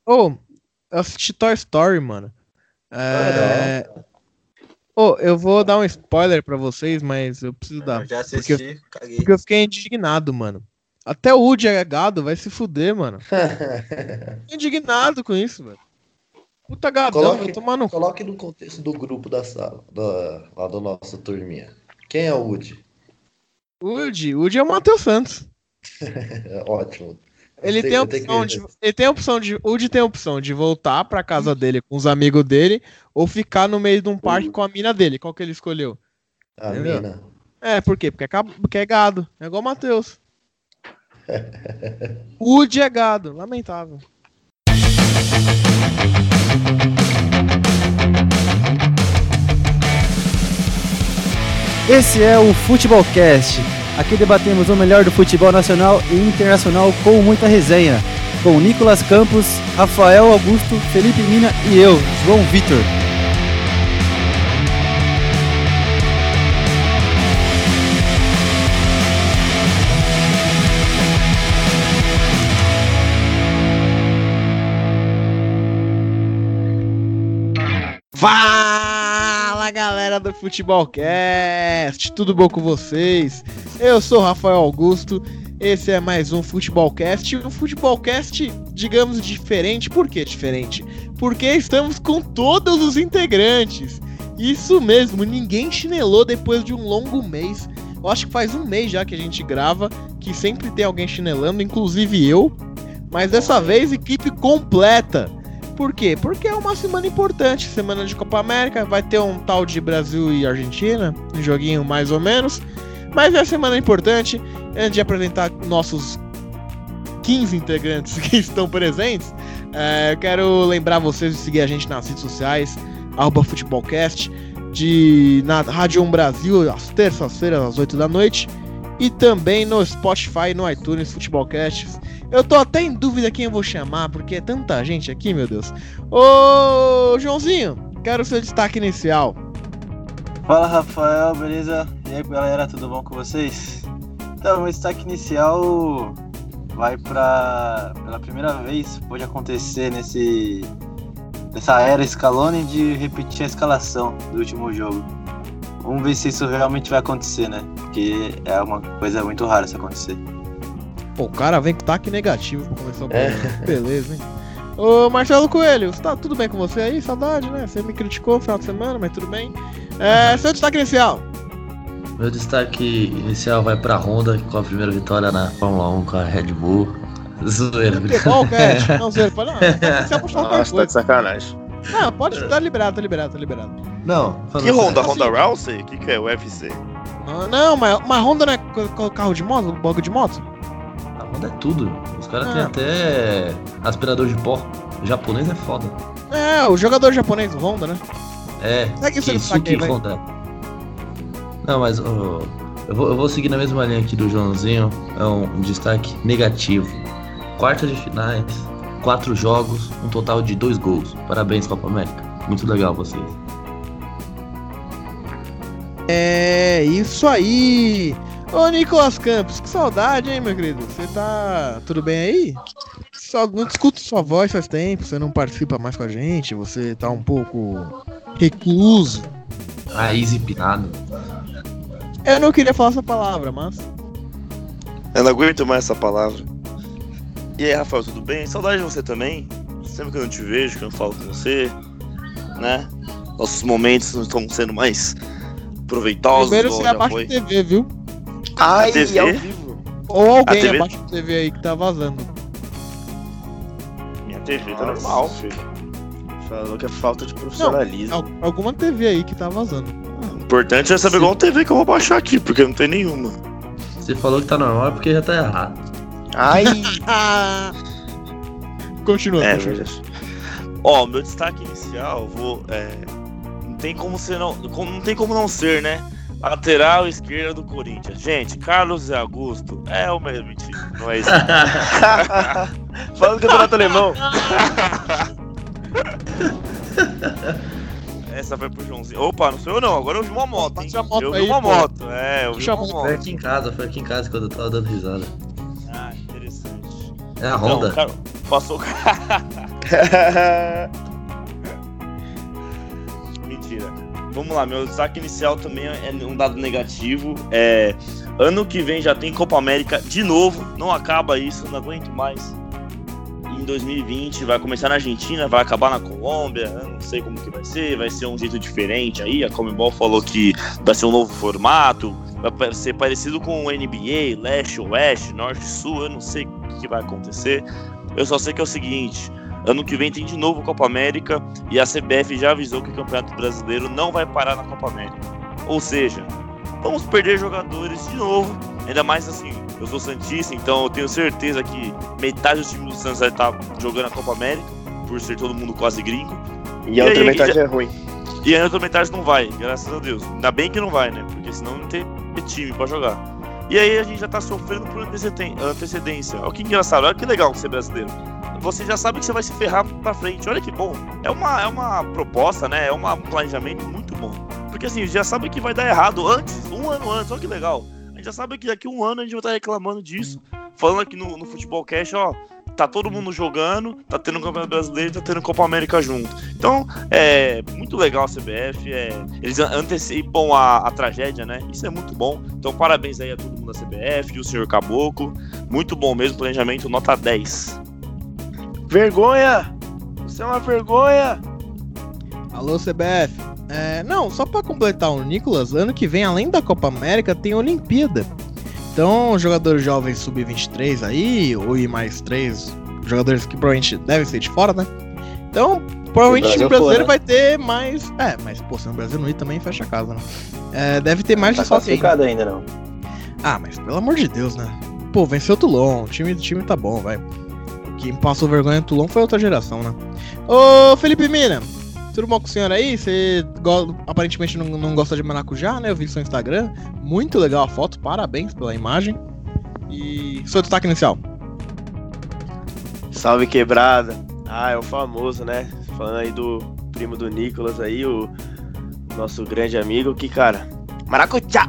Eu assisti Toy Story, mano. Não. Eu vou dar um spoiler pra vocês, mas eu preciso dar. Eu já assisti, caguei. Porque eu fiquei indignado, mano. Até o Woody é gado, vai se fuder, mano. Indignado com isso, velho. Puta gadão, vai tomar no... Coloque no contexto do grupo da sala, lá do nosso turminha. Quem é o Woody? Woody é o Matheus Santos. Ótimo. Ele tem a opção de voltar pra casa dele com os amigos dele ou ficar no meio de um parque com a mina dele. Qual que ele escolheu? A Entendeu? mina. Por quê? Porque é gado. É igual o Matheus. Woody é gado. Lamentável. Esse é o Futebolcast. Aqui debatemos o melhor do futebol nacional e internacional com muita resenha. Com Nicolas Campos, Rafael Augusto, Felipe Mina e eu, João Vitor. Fala, galera do Futebolcast, tudo bom com vocês? Eu sou Rafael Augusto, esse é mais um Futebolcast, um Futebolcast, digamos, diferente. Por que diferente? Porque estamos com todos os integrantes. Isso mesmo, ninguém chinelou depois de um longo mês. Eu acho que faz um mês já que a gente grava, que sempre tem alguém chinelando, inclusive eu. Mas dessa vez, equipe completa. Por quê? Porque é uma semana importante, semana de Copa América, vai ter um tal de Brasil e Argentina, um joguinho mais ou menos, mas é semana importante. Antes de apresentar nossos 15 integrantes que estão presentes, eu quero lembrar vocês de seguir a gente nas redes sociais, @Futebolcast, na Rádio 1 Brasil, às terças-feiras, às 8 da noite, e também no Spotify, no iTunes, Futebolcasts. Eu tô até em dúvida quem eu vou chamar, porque é tanta gente aqui, meu Deus. Ô, Joãozinho, quero o seu destaque inicial. Fala, Rafael, beleza? E aí, galera, tudo bom com vocês? Então, meu destaque inicial vai pela primeira vez, pode acontecer nessa era Scaloni, de repetir a escalação do último jogo. Vamos ver se isso realmente vai acontecer, né? Porque é uma coisa muito rara isso acontecer. Pô, o cara vem com taque negativo pra começar o programa. Beleza, hein? Ô, Marcelo Coelho, tá tudo bem com você aí? Saudade, né? Você me criticou no final de semana, mas tudo bem. Seu destaque inicial. Meu destaque inicial vai pra Honda, com a primeira vitória na Fórmula 1 com a Red Bull. Zoeira, Futebol, Cat. Não, zoeira. Não, você puxar outra Nossa, tá de sacanagem. Não, pode, tá liberado. Não. Que Honda? Honda Rousey? O que é? UFC? Não, mas Honda não é carro de moto? Bagulho de moto? A Honda é tudo. Os caras têm até aspirador de pó. O japonês é foda. O jogador japonês, o Honda, né? Keisuke Honda. Não, mas eu vou seguir na mesma linha aqui do Joãozinho. É um destaque negativo. Quartas de finais, 4 jogos, um total de 2 gols. Parabéns, Copa América. Muito legal vocês. É isso aí! Ô, Nicolas Campos, que saudade, hein, meu querido? Você tá tudo bem aí? Não escuto sua voz faz tempo, você não participa mais com a gente, você tá um pouco recluso. Raiz empinado. Eu não queria falar essa palavra, mas... Eu não aguento mais essa palavra. E aí, Rafael, tudo bem? Saudade de você também. Sempre que eu não te vejo, que eu não falo com você, né? Nossos momentos não estão sendo mais proveitosos. Primeiro você abaixa a TV, viu? Ai, TV? Ao vivo. Ou alguém abaixa a TV aí que tá vazando. Minha TV tá normal, filho. Falou que é falta de profissionalismo. Não, alguma TV aí que tá vazando. O importante é saber qual TV que eu vou baixar aqui, porque não tem nenhuma. Você falou que tá normal porque já tá errado. Ai! Continua. Verdade. Ó, meu destaque inicial, não tem como não ser, né? Lateral esquerda do Corinthians. Gente, Carlos Zé Augusto é o mesmo. Mentira, não é isso. Falando do campeonato alemão. Essa foi pro Joãozinho. Opa, não sou eu não, agora eu vi uma moto, hein? Eu vi aí, uma pô. moto. Eu vi uma moto. Foi aqui em casa quando eu tava dando risada. Ah, interessante. É a Honda. Cara, passou. Mentira. Vamos lá, meu destaque inicial também é um dado negativo. Ano que vem já tem Copa América de novo. Não acaba isso, não aguento mais. Em 2020 vai começar na Argentina, vai acabar na Colômbia. Eu não sei como que vai ser um jeito diferente aí. A Conmebol falou que vai ser um novo formato, vai ser parecido com o NBA, leste, oeste, norte, sul. Eu não sei o que vai acontecer. Eu só sei que é o seguinte: ano que vem tem de novo Copa América e a CBF já avisou que o Campeonato Brasileiro não vai parar na Copa América. Ou seja, vamos perder jogadores de novo. Ainda mais assim, eu sou santista, então eu tenho certeza que metade do time do Santos vai estar jogando a Copa América, por ser todo mundo quase gringo. E a outra metade é ruim. E a outra metade não vai, graças a Deus. Ainda bem que não vai, né? Porque senão não tem time pra jogar. E aí a gente já tá sofrendo por antecedência. Olha que engraçado, olha que legal ser brasileiro. Você já sabe que você vai se ferrar pra frente, olha que bom. É uma proposta, né? É um planejamento muito bom. Porque assim, já sabe que vai dar errado um ano antes, olha que legal. A gente já sabe que daqui a um ano a gente vai estar reclamando disso. Falando aqui no Futebolcast, ó, tá todo mundo jogando, tá tendo Campeonato Brasileiro, tá tendo Copa América junto. Então, é muito legal a CBF, eles antecipam a tragédia, né? Isso é muito bom. Então, parabéns aí a todo mundo da CBF e o senhor Caboclo. Muito bom mesmo, planejamento nota 10. Vergonha! Você é uma vergonha! Alô, CBF. Não, só pra completar o Nicolas, ano que vem, além da Copa América, tem Olimpíada. Então, jogadores jovens sub-23 aí, ou e mais 3 jogadores que provavelmente devem ser de fora, né? Então, provavelmente o time brasileiro vai ter mais... mas pô, se no Brasil não ir também fecha a casa, né? Deve ter mais de só ainda não. Ah, mas pelo amor de Deus, né? Pô, venceu o Toulon, o time tá bom, vai. Quem passou vergonha no Toulon foi outra geração, né? Ô, Felipe Mina, tudo bom com o senhor aí? Você aparentemente não gosta de maracujá, né? Eu vi seu Instagram. Muito legal a foto, parabéns pela imagem. E seu destaque inicial? Salve, quebrada. É o famoso, né? Falando aí do primo do Nicolas aí, o nosso grande amigo, que, cara, maracujá!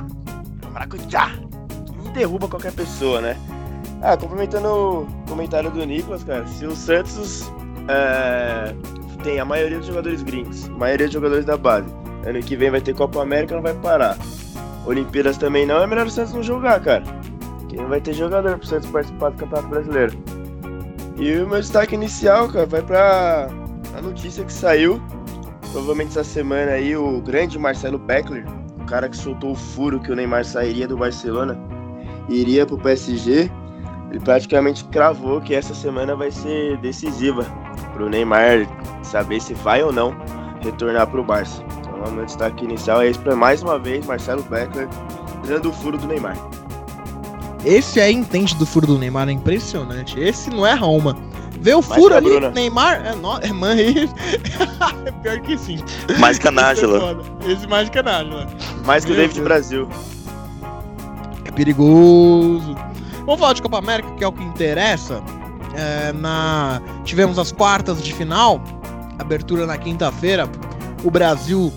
Derruba qualquer pessoa, né? Complementando o comentário do Nicolas, cara, se o Santos tem a maioria dos jogadores gringos, a maioria dos jogadores da base, ano que vem vai ter Copa América, não vai parar. Olimpíadas também não, é melhor o Santos não jogar, cara, porque não vai ter jogador pro Santos participar do Campeonato Brasileiro. E o meu destaque inicial, cara, vai pra a notícia que saiu, provavelmente essa semana aí, o grande Marcelo Beckler, o cara que soltou o furo que o Neymar sairia do Barcelona e iria pro PSG. Ele praticamente cravou que essa semana vai ser decisiva pro Neymar saber se vai ou não retornar pro Barça. Então o meu destaque inicial é esse para mais uma vez Marcelo Beckler dando o furo do Neymar. Esse aí entende do furo do Neymar, é impressionante. Esse não é Roma. Vê o furo ali, Bruna. Neymar, é pior que sim. Mais que a Nájila. Esse mais que a Nájila. Mais que o David Brasil. É perigoso. Vamos falar de Copa América, que é o que interessa. Tivemos as quartas de final, abertura na quinta-feira. O Brasil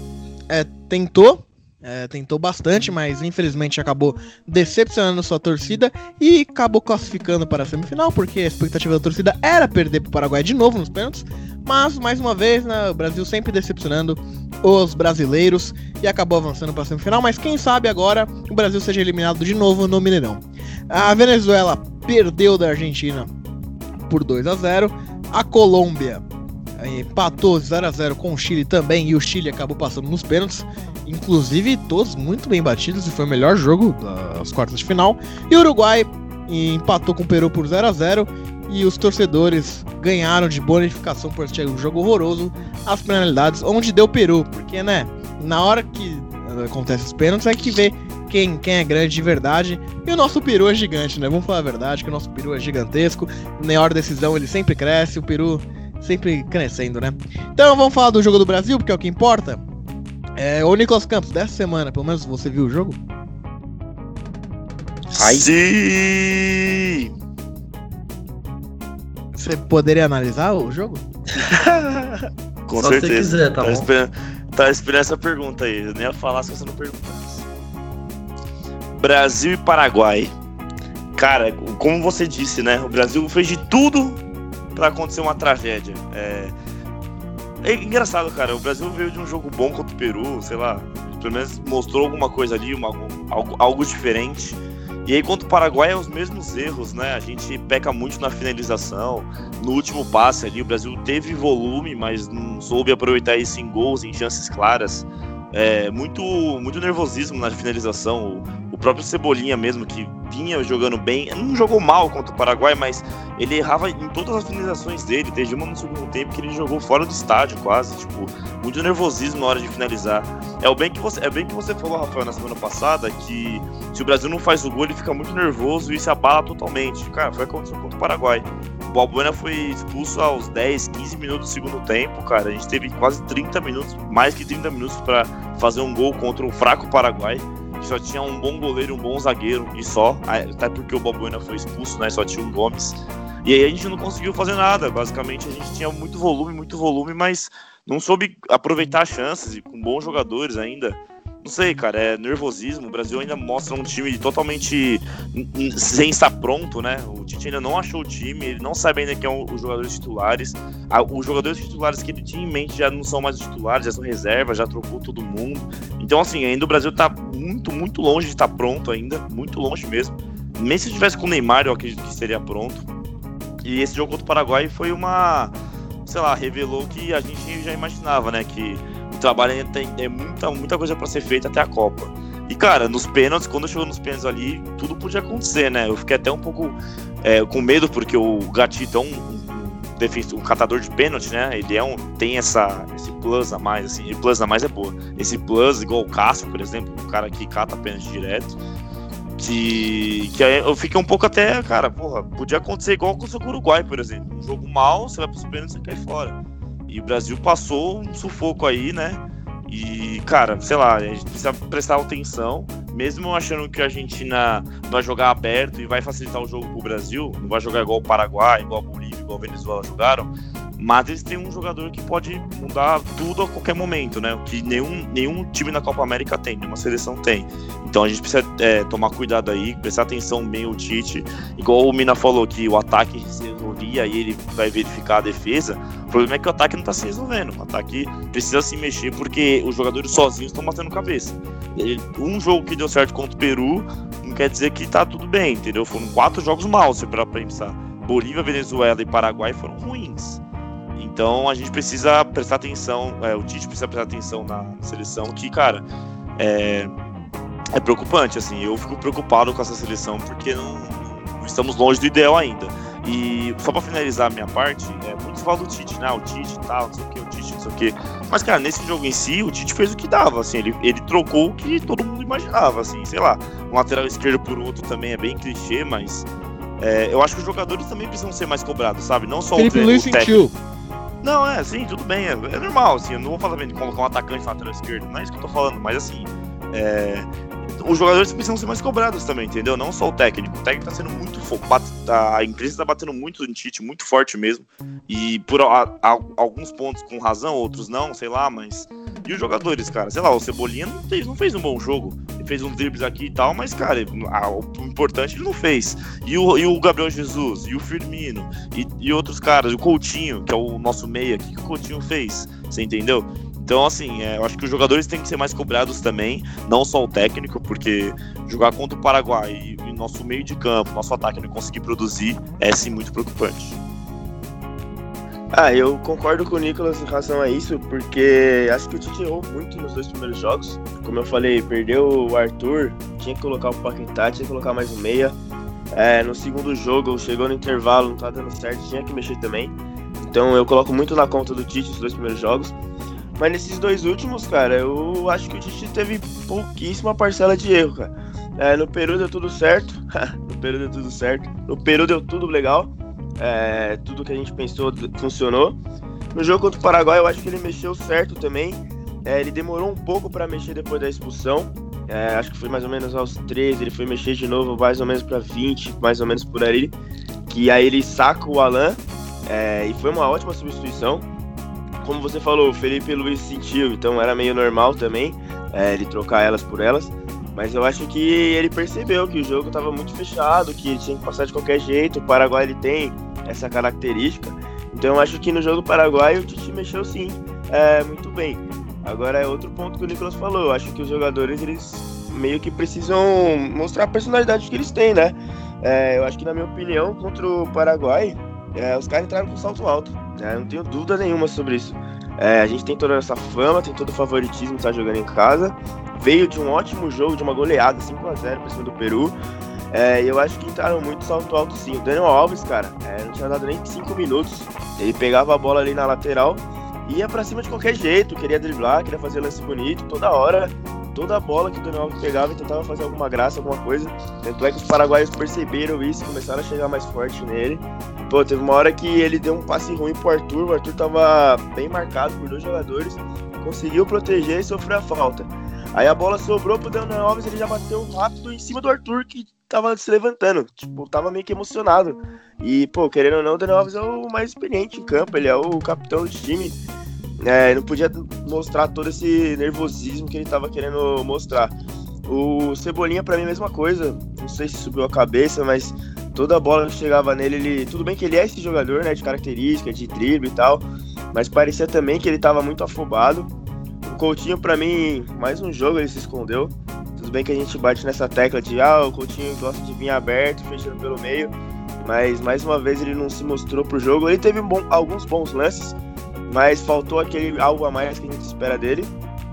tentou bastante, mas infelizmente acabou decepcionando sua torcida e acabou classificando para a semifinal, porque a expectativa da torcida era perder para o Paraguai de novo nos pênaltis. Mas, mais uma vez, né, o Brasil sempre decepcionando os brasileiros e acabou avançando para a semifinal. Mas quem sabe agora o Brasil seja eliminado de novo no Mineirão. A Venezuela perdeu da Argentina por 2-0. A Colômbia empatou 0-0 com o Chile também, e o Chile acabou passando nos pênaltis. Inclusive, todos muito bem batidos, e foi o melhor jogo das quartas de final. E o Uruguai empatou com o Peru por 0-0. E os torcedores ganharam de bonificação por assistir um jogo horroroso, as penalidades, onde deu Peru. Porque, né, na hora que acontece os pênaltis é que vê quem é grande de verdade. E o nosso Peru é gigante, né? Vamos falar a verdade, que o nosso Peru é gigantesco. Na hora da decisão ele sempre cresce, o Peru sempre crescendo, né? Então vamos falar do jogo do Brasil, porque é o que importa. Ô Nicolas Campos, dessa semana, pelo menos você viu o jogo? Sim! Você poderia analisar o jogo? Com só certeza. Se quiser, tá bom? Tava esperando essa pergunta aí. Eu nem ia falar se você não perguntasse. Brasil e Paraguai. Cara, como você disse, né? O Brasil fez de tudo pra acontecer uma tragédia. É engraçado, cara. O Brasil veio de um jogo bom contra o Peru, sei lá, pelo menos mostrou alguma coisa ali, algo diferente. E aí contra o Paraguai é os mesmos erros, né? A gente peca muito na finalização, no último passe ali. O Brasil teve volume, mas não soube aproveitar isso em gols, em chances claras. Muito nervosismo na finalização. O próprio Cebolinha mesmo, que vinha jogando bem, não jogou mal contra o Paraguai, mas ele errava em todas as finalizações dele. Teve uma no segundo tempo que ele jogou fora do estádio quase, tipo, muito nervosismo na hora de finalizar. É bem que você falou, Rafael, na semana passada, que se o Brasil não faz o gol, ele fica muito nervoso e se abala totalmente. Cara, foi contra o Paraguai. O Balbuena foi expulso aos 10, 15 minutos do segundo tempo, cara. A gente teve quase 30 minutos, mais que 30 minutos para fazer um gol contra um fraco Paraguai, que só tinha um bom goleiro e um bom zagueiro, e só, até porque o Balbuena foi expulso, né, só tinha o Gomes. E aí a gente não conseguiu fazer nada, basicamente a gente tinha muito volume, mas não soube aproveitar as chances, e com bons jogadores ainda. Não sei, cara, é nervosismo. O Brasil ainda mostra um time totalmente sem estar pronto, né? O Tite ainda não achou o time, ele não sabe ainda quem são os jogadores titulares. Os jogadores titulares que ele tinha em mente já não são mais titulares, já são reservas, já trocou todo mundo. Então, assim, ainda o Brasil tá muito longe de estar pronto ainda, muito longe mesmo. Nem se tivesse com o Neymar, eu acredito que seria pronto. E esse jogo contra o Paraguai foi revelou que a gente já imaginava, né? Que o trabalho ainda tem muita coisa pra ser feita até a Copa. E, cara, nos pênaltis, quando chegou nos pênaltis ali, tudo podia acontecer, né? Eu fiquei até um pouco com medo, porque o Gatito é um catador de pênalti, né? Ele tem esse plus a mais, assim, e plus a mais é boa. Esse plus, igual o Cássio, por exemplo, o cara que cata pênalti direto. Que eu fiquei um pouco até, cara, podia acontecer igual com o Uruguai, por exemplo. Um jogo mal, você vai pros pênaltis e você cai fora. E o Brasil passou um sufoco aí, né? E, cara, sei lá, a gente precisa prestar atenção, mesmo achando que a Argentina vai jogar aberto e vai facilitar o jogo pro Brasil, não vai jogar igual o Paraguai, igual a Bolívia, igual a Venezuela jogaram, mas eles têm um jogador que pode mudar tudo a qualquer momento, né? O que nenhum time na Copa América tem, nenhuma seleção tem. Então a gente precisa tomar cuidado aí, prestar atenção bem o Tite. Igual o Mina falou que o ataque se resolvia e ele vai verificar a defesa. O problema é que o ataque não tá se resolvendo. O ataque precisa se mexer porque os jogadores sozinhos estão batendo cabeça. Um jogo que deu certo contra o Peru não quer dizer que tá tudo bem, entendeu? Foram 4 jogos maus, se pra pensar. Bolívia, Venezuela e Paraguai foram ruins. Então a gente precisa prestar atenção, o Tite precisa prestar atenção na seleção, que, cara, é preocupante, assim. Eu fico preocupado com essa seleção porque não estamos longe do ideal ainda. E só pra finalizar a minha parte, muitos falam do Tite, né? O Tite e tal, não sei o que, o Tite, não sei o que. Mas, cara, nesse jogo em si, o Tite fez o que dava, assim, ele trocou o que todo mundo imaginava, assim, sei lá. Um lateral esquerdo por outro também é bem clichê, mas eu acho que os jogadores também precisam ser mais cobrados, sabe? Não só Felipe Luiz sentiu. Não, sim, tudo bem, é normal, assim, eu não vou falar bem de colocar um atacante na lateral esquerda, não é isso que eu tô falando, mas assim, os jogadores precisam ser mais cobrados também, entendeu? Não só o técnico tá sendo muito a empresa tá batendo muito no Tite, muito forte mesmo, e por alguns pontos com razão, outros não, sei lá, mas... E os jogadores, cara, sei lá, o Cebolinha não fez um bom jogo, ele fez uns dribles aqui e tal, mas, cara, o importante ele não fez. E o Gabriel Jesus, e o Firmino, e outros caras, o Coutinho, que é o nosso meia, o que o Coutinho fez? Você entendeu? Então, assim, eu acho que os jogadores têm que ser mais cobrados também, não só o técnico, porque jogar contra o Paraguai e nosso meio de campo, nosso ataque não conseguir produzir, é sim muito preocupante. Eu concordo com o Nicolas em relação a isso, porque acho que o Tite errou muito nos 2 primeiros jogos. Como eu falei, perdeu o Arthur, tinha que colocar o Paquetá, tinha que colocar mais um meia. No segundo jogo, chegou no intervalo, não tá dando certo, tinha que mexer também. Então eu coloco muito na conta do Tite os 2 primeiros jogos. Mas nesses 2 últimos, cara, eu acho que o Tite teve pouquíssima parcela de erro, cara. No Peru deu tudo certo. No Peru deu tudo legal. Tudo que a gente pensou funcionou. No jogo contra o Paraguai, eu acho que ele mexeu certo também. Ele demorou um pouco para mexer depois da expulsão. Acho que foi mais ou menos aos 13. Ele foi mexer de novo mais ou menos para 20, mais ou menos por ali. Que aí ele saca o Alan. E foi uma ótima substituição. Como você falou, o Felipe Luiz sentiu, então era meio normal também ele trocar elas por elas. Mas eu acho que ele percebeu que o jogo estava muito fechado, que ele tinha que passar de qualquer jeito. O Paraguai ele tem essa característica. Então eu acho que no jogo do Paraguai o Tite mexeu sim, muito bem. Agora é outro ponto que o Nicolas falou, eu acho que os jogadores eles meio que precisam mostrar a personalidade que eles têm, né? Eu acho que, na minha opinião, contra o Paraguai, os caras entraram com salto alto, né? Não tenho dúvida nenhuma sobre isso. A gente tem toda essa fama, tem todo o favoritismo de estar jogando em casa, veio de um ótimo jogo, de uma goleada 5-0 pra cima do Peru, e eu acho que entraram muito salto alto sim. O Daniel Alves, cara, não tinha dado nem 5 minutos, ele pegava a bola ali na lateral, ia pra cima de qualquer jeito, queria driblar, queria fazer lance bonito, toda hora, toda bola que o Daniel Alves pegava e tentava fazer alguma graça, alguma coisa. Tanto é que os paraguaios perceberam isso e começaram a chegar mais forte nele. Pô, teve uma hora que ele deu um passe ruim pro Arthur, o Arthur tava bem marcado por 2 jogadores, conseguiu proteger e sofreu a falta. Aí a bola sobrou pro Daniel Alves, ele já bateu rápido em cima do Arthur, que tava se levantando, tipo, tava meio que emocionado. E, pô, querendo ou não, o Daniel Alves é o mais experiente em campo, ele é o capitão do time. Não podia mostrar todo esse nervosismo que ele tava querendo mostrar. O Cebolinha, pra mim, é a mesma coisa. Não sei se subiu a cabeça, mas toda bola que chegava nele, tudo bem que ele é esse jogador, né, de característica, de drible e tal, mas parecia também que ele tava muito afobado. O Coutinho, pra mim, mais um jogo ele se escondeu. Tudo bem que a gente bate nessa tecla de o Coutinho gosta de vir aberto, fechando pelo meio, mas mais uma vez ele não se mostrou pro jogo. Ele teve alguns bons lances, mas faltou aquele algo a mais que a gente espera dele.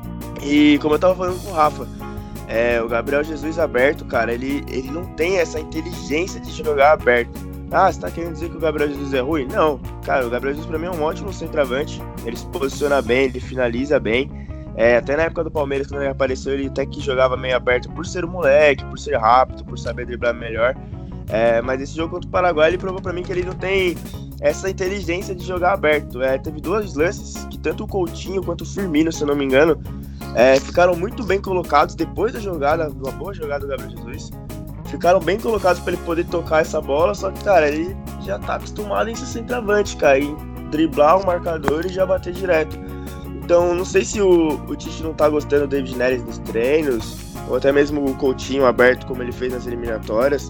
E como eu tava falando com o Rafa, o Gabriel Jesus aberto, cara, ele não tem essa inteligência de jogar aberto. Você tá querendo dizer que o Gabriel Jesus é ruim? Não, cara, o Gabriel Jesus pra mim é um ótimo centroavante, ele se posiciona bem, ele finaliza bem. Até na época do Palmeiras, quando ele apareceu, ele até que jogava meio aberto por ser um moleque, por ser rápido, por saber driblar melhor. Mas esse jogo contra o Paraguai, ele provou pra mim que ele não tem essa inteligência de jogar aberto. Teve 2 lances que tanto o Coutinho quanto o Firmino, se eu não me engano, ficaram muito bem colocados depois da jogada, uma boa jogada do Gabriel Jesus. Ficaram bem colocados para ele poder tocar essa bola, só que, cara, ele já tá acostumado em ser centroavante, cara, em driblar um marcador e já bater direto. Então, não sei se o Tite não tá gostando do David Neres nos treinos, ou até mesmo o Coutinho aberto, como ele fez nas eliminatórias,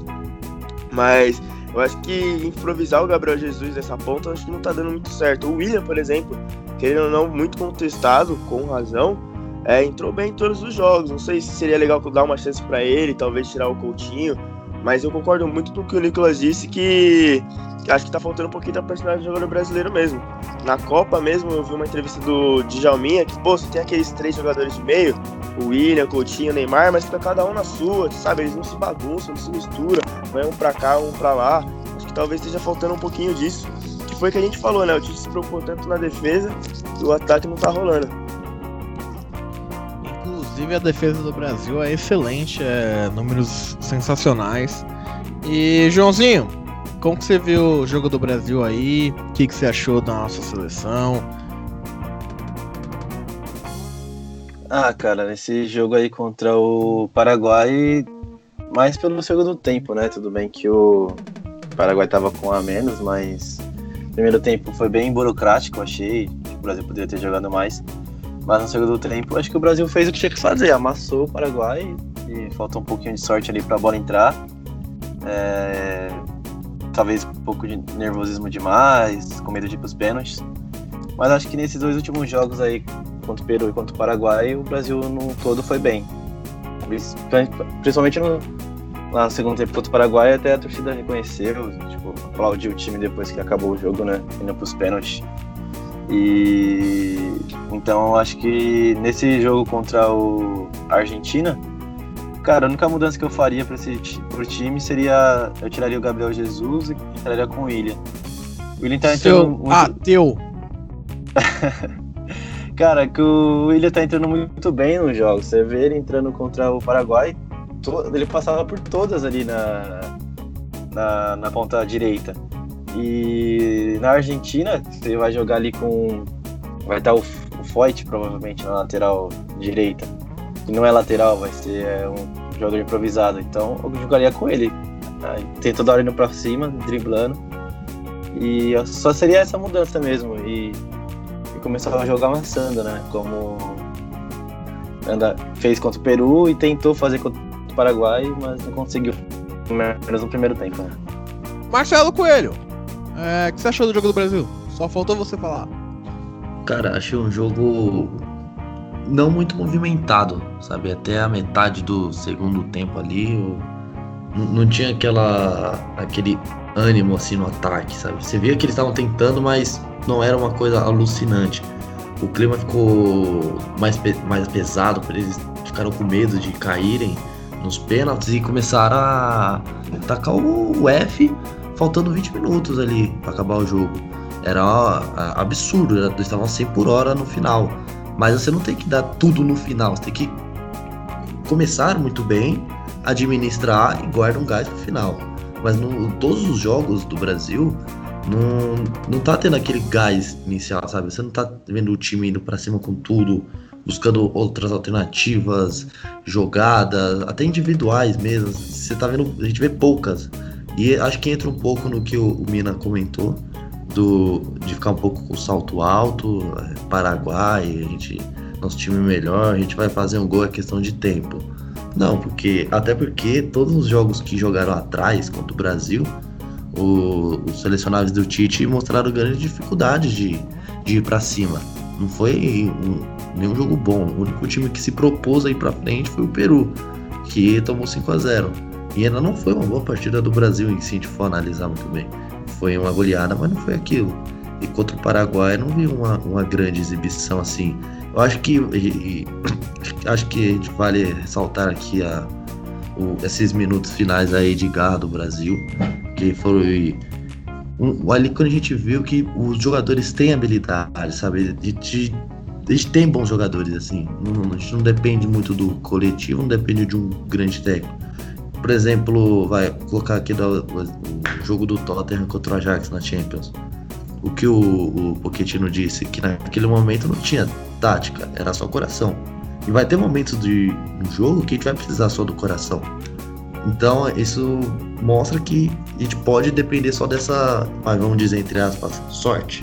mas eu acho que improvisar o Gabriel Jesus nessa ponta, eu acho que não tá dando muito certo. O William, por exemplo, querendo ou não, muito contestado, com razão, entrou bem em todos os jogos. Não sei se seria legal dar uma chance pra ele, talvez tirar o Coutinho, mas eu concordo muito com o que o Nicolas disse, que acho que tá faltando um pouquinho da personalidade do jogador brasileiro mesmo. Na Copa mesmo, eu vi uma entrevista do Djalminha, que, pô, você tem aqueles 3 jogadores de meio, o William, Coutinho, Neymar, mas fica cada um na sua, sabe? Eles não se bagunçam, não se misturam, vai um pra cá, um pra lá. Acho que talvez esteja faltando um pouquinho disso, que foi o que a gente falou, né? O Tite se preocupou tanto na defesa e o ataque não tá rolando. Inclusive a defesa do Brasil é excelente, números sensacionais. E, Joãozinho, como que você viu o jogo do Brasil aí? O que você achou da nossa seleção? Cara, nesse jogo aí contra o Paraguai, mais pelo segundo tempo, né? Tudo bem que o Paraguai tava com a menos, mas o primeiro tempo foi bem burocrático, achei. O Brasil poderia ter jogado mais. Mas no segundo tempo, acho que o Brasil fez o que tinha que fazer, amassou o Paraguai e faltou um pouquinho de sorte ali pra bola entrar. Talvez um pouco de nervosismo demais, com medo de ir pros pênaltis. Mas acho que nesses 2 últimos jogos aí, contra o Peru e contra o Paraguai, o Brasil no todo foi bem. Principalmente lá no segundo tempo contra o Paraguai, até a torcida reconheceu, aplaudiu o time depois que acabou o jogo, né? Indo pros pênaltis. E então acho que nesse jogo contra a Argentina, cara, a única mudança que eu faria pro time seria eu tiraria o Gabriel Jesus e entraria com o William. O William tá entrando muito... Ateu! Cara, que o William tá entrando muito bem nos jogos. Você vê ele entrando contra o Paraguai, ele passava por todas ali na ponta direita. E na Argentina, você vai jogar ali com... Vai estar o Foyt, provavelmente, na lateral direita. E não é lateral, vai ser um jogador improvisado. Então eu jogaria com ele. Tem toda hora indo pra cima, driblando. E só seria essa mudança mesmo. E começar a jogar avançando, né? Como fez contra o Peru e tentou fazer contra o Paraguai, mas não conseguiu. Menos no primeiro tempo, né? Marcelo Coelho, o que você achou do jogo do Brasil? Só faltou você falar. Cara, achei um jogo não muito movimentado, sabe? Até a metade do segundo tempo ali, não tinha aquele ânimo assim no ataque, sabe? Você via que eles estavam tentando, mas não era uma coisa alucinante. O clima ficou mais pesado, eles ficaram com medo de caírem nos pênaltis e começaram a tacar o F faltando 20 minutos ali para acabar o jogo. Era absurdo, eles estavam 100 por hora no final. Mas você não tem que dar tudo no final, você tem que começar muito bem, administrar e guardar um gás pro final. Mas todos os jogos do Brasil não tá tendo aquele gás inicial, sabe? Você não tá vendo o time indo pra cima com tudo, buscando outras alternativas, jogadas, até individuais mesmo. Você tá vendo, a gente vê poucas. E acho que entra um pouco no que o Mina comentou, de ficar um pouco com o salto alto, Paraguai, nosso time melhor, a gente vai fazer um gol, é questão de tempo. Não, até porque todos os jogos que jogaram atrás contra o Brasil, os selecionados do Tite mostraram grande dificuldade de ir pra cima. Não foi nenhum jogo bom. O único time que se propôs a ir pra frente foi o Peru, que tomou 5-0. E ainda não foi uma boa partida do Brasil em si, se a gente for analisar muito bem. Foi uma goleada, mas não foi aquilo. E contra o Paraguai não vi uma grande exibição assim. Eu acho que a gente vale ressaltar aqui esses minutos finais aí de garra do Brasil, que foram ali quando a gente viu que os jogadores têm habilidade, sabe? A gente tem bons jogadores assim. A gente não depende muito do coletivo, não depende de um grande técnico. Por exemplo, vai colocar aqui o jogo do Tottenham contra o Ajax na Champions. O que o Pochettino disse, que naquele momento não tinha tática, era só coração. E vai ter momentos no jogo que a gente vai precisar só do coração. Então isso mostra que a gente pode depender só dessa, vamos dizer entre aspas, sorte.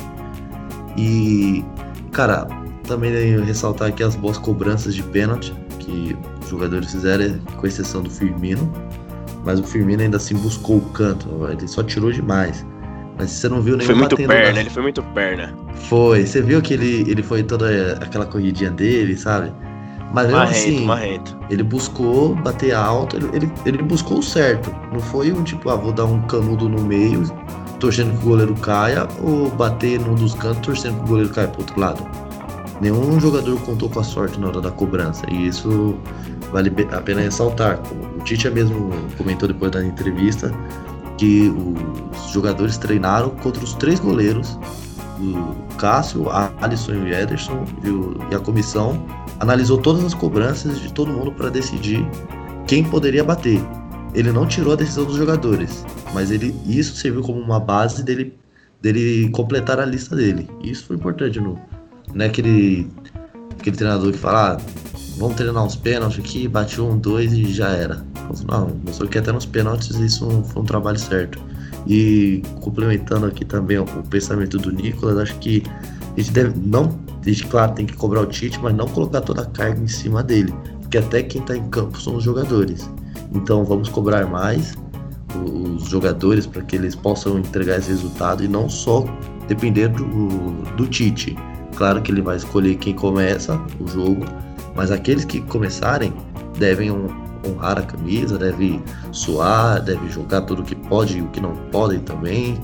E, cara, também ressaltar aqui as boas cobranças de pênalti que os jogadores fizeram, com exceção do Firmino. Mas o Firmino ainda assim buscou o canto, ele só tirou demais. Mas você não viu nenhum ele foi muito perna. Foi, você viu que ele foi toda aquela corridinha dele, sabe? Mas mesmo assim, ele buscou bater alto, ele buscou o certo. Não foi vou dar um canudo no meio, torcendo que o goleiro caia, ou bater num dos cantos, torcendo que o goleiro caia pro outro lado. Nenhum jogador contou com a sorte na hora da cobrança, e isso vale a pena ressaltar. O Tite mesmo comentou depois da entrevista que os jogadores treinaram contra os 3 goleiros, o Cássio, Alisson e o Ederson, e a comissão analisou todas as cobranças de todo mundo para decidir quem poderia bater. Ele não tirou a decisão dos jogadores, mas isso serviu como uma base dele completar a lista dele. E isso foi importante, não é aquele treinador que fala, vamos treinar uns pênaltis aqui, bate 1, 2 e já era. Não, mostrou que até nos pênaltis isso foi um trabalho certo. E complementando aqui também o pensamento do Nicolas, acho que a gente claro, tem que cobrar o Tite, mas não colocar toda a carga em cima dele, porque até quem tá em campo são os jogadores. Então vamos cobrar mais os jogadores para que eles possam entregar esse resultado e não só depender do Tite. Claro que ele vai escolher quem começa o jogo, mas aqueles que começarem devem honrar a camisa, devem suar, devem jogar tudo o que pode e o que não podem também.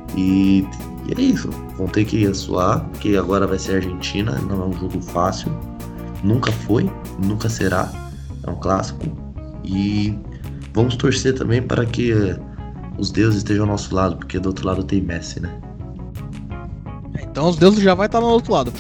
E é isso, vão ter que suar, porque agora vai ser a Argentina, não é um jogo fácil, nunca foi, nunca será, é um clássico. E vamos torcer também para que os deuses estejam ao nosso lado, porque do outro lado tem Messi, né? Então os deuses já vai estar no outro lado.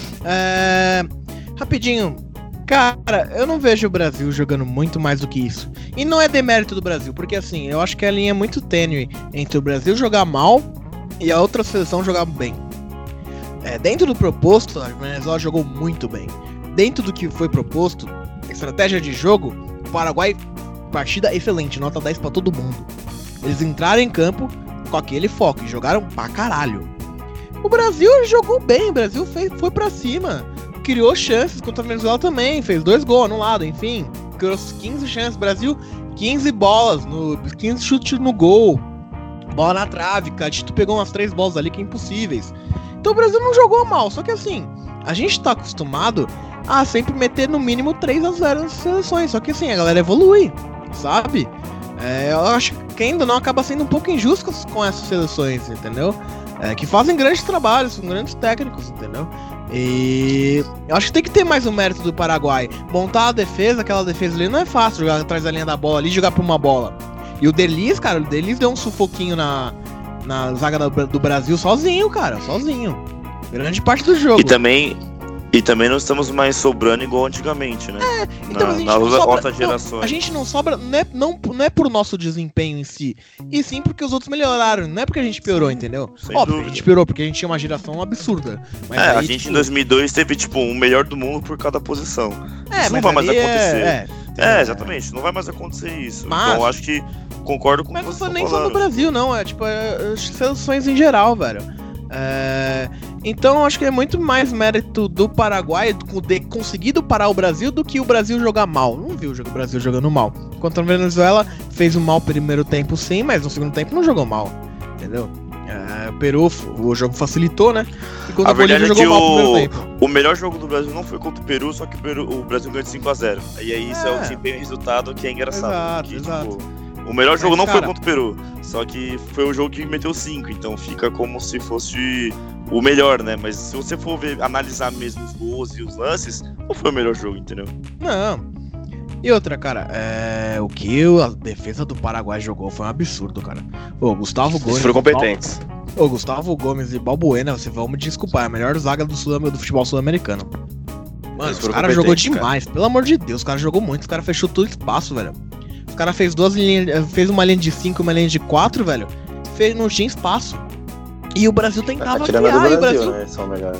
Rapidinho, cara, eu não vejo o Brasil jogando muito mais do que isso. E não é demérito do Brasil, porque assim, eu acho que a linha é muito tênue entre o Brasil jogar mal e a outra seleção jogar bem. Dentro do proposto, a Venezuela jogou muito bem. Dentro do que foi proposto, estratégia de jogo, o Paraguai, partida excelente, nota 10 pra todo mundo. Eles entraram em campo com aquele foco e jogaram pra caralho. O Brasil jogou bem, o Brasil foi pra cima, criou chances contra a Venezuela também, fez 2 gols anulados, enfim, criou 15 chances, Brasil 15 bolas, 15 chutes no gol, bola na trave, Catito pegou umas 3 bolas ali que é impossíveis. Então o Brasil não jogou mal, só que assim, a gente tá acostumado a sempre meter no mínimo 3-0 nas seleções, só que assim, a galera evolui, sabe? Eu acho que ainda não acaba sendo um pouco injusto com essas seleções, entendeu? Que fazem grandes trabalhos, são grandes técnicos, entendeu? E eu acho que tem que ter mais o mérito do Paraguai. Montar a defesa, aquela defesa ali não é fácil, jogar atrás da linha da bola ali e jogar pra uma bola. E o Delis, cara, deu um sufoquinho na zaga do Brasil sozinho, cara, sozinho. Grande parte do jogo. E também não estamos mais sobrando igual antigamente, né? Então nas outras gerações. A gente não sobra, não é por nosso desempenho em si, e sim porque os outros melhoraram, não é porque a gente piorou, entendeu? Óbvio, a gente piorou porque a gente tinha uma geração absurda. Mas aí, a gente em 2002 teve, o melhor do mundo por cada posição. Isso não vai mais acontecer. Exatamente, não vai mais acontecer isso. Mas, então eu acho que concordo com você. Mas não foi nem só no Brasil, não. As seleções em geral, velho. Então acho que é muito mais mérito do Paraguai de conseguido parar o Brasil do que o Brasil jogar mal. Não viu o Brasil jogando mal. Contra a Venezuela fez um mal primeiro tempo sim, mas no segundo tempo não jogou mal, entendeu? Peru, o jogo facilitou, né? E quando a verdade é que mal no primeiro tempo. O melhor jogo do Brasil não foi contra o Peru, só que o Brasil ganhou de 5-0. E aí isso é um desempenho resultado que é engraçado. Exato. O melhor jogo não foi contra o Peru, só que foi o jogo que meteu 5, então fica como se fosse o melhor, né? Mas se você for analisar mesmo os gols e os lances, não foi o melhor jogo, entendeu? Não. E outra, cara, o que a defesa do Paraguai jogou foi um absurdo, cara. Gustavo Gomes... foram competentes. Gustavo Gomes e Balbuena, você vai me desculpar, é a melhor zaga do futebol sul-americano. Mano, os caras jogou demais, pelo amor de Deus, os caras jogou muito, os caras fechou todo o espaço, velho. Os caras fez uma linha de 5 e uma linha de 4, velho. Não tinha espaço. E o Brasil tentava criar, e o Brasil... né? São melhores.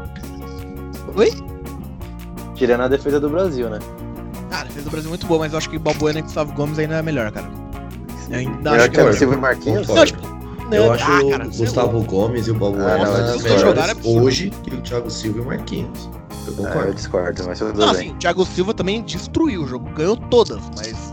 Oi? Tirando a defesa do Brasil, né? A defesa do Brasil é muito boa, mas eu acho que Balbuena e Gustavo Gomes ainda é melhor, cara. Eu ainda melhor acho que é Silvio e Marquinhos? Eu acho o Gustavo Gomes e o Balbuena melhores hoje que o Thiago Silva e o Marquinhos. Eu concordo. Eu discordo, mas eu não, assim, o Thiago Silva também destruiu o jogo, ganhou todas, mas...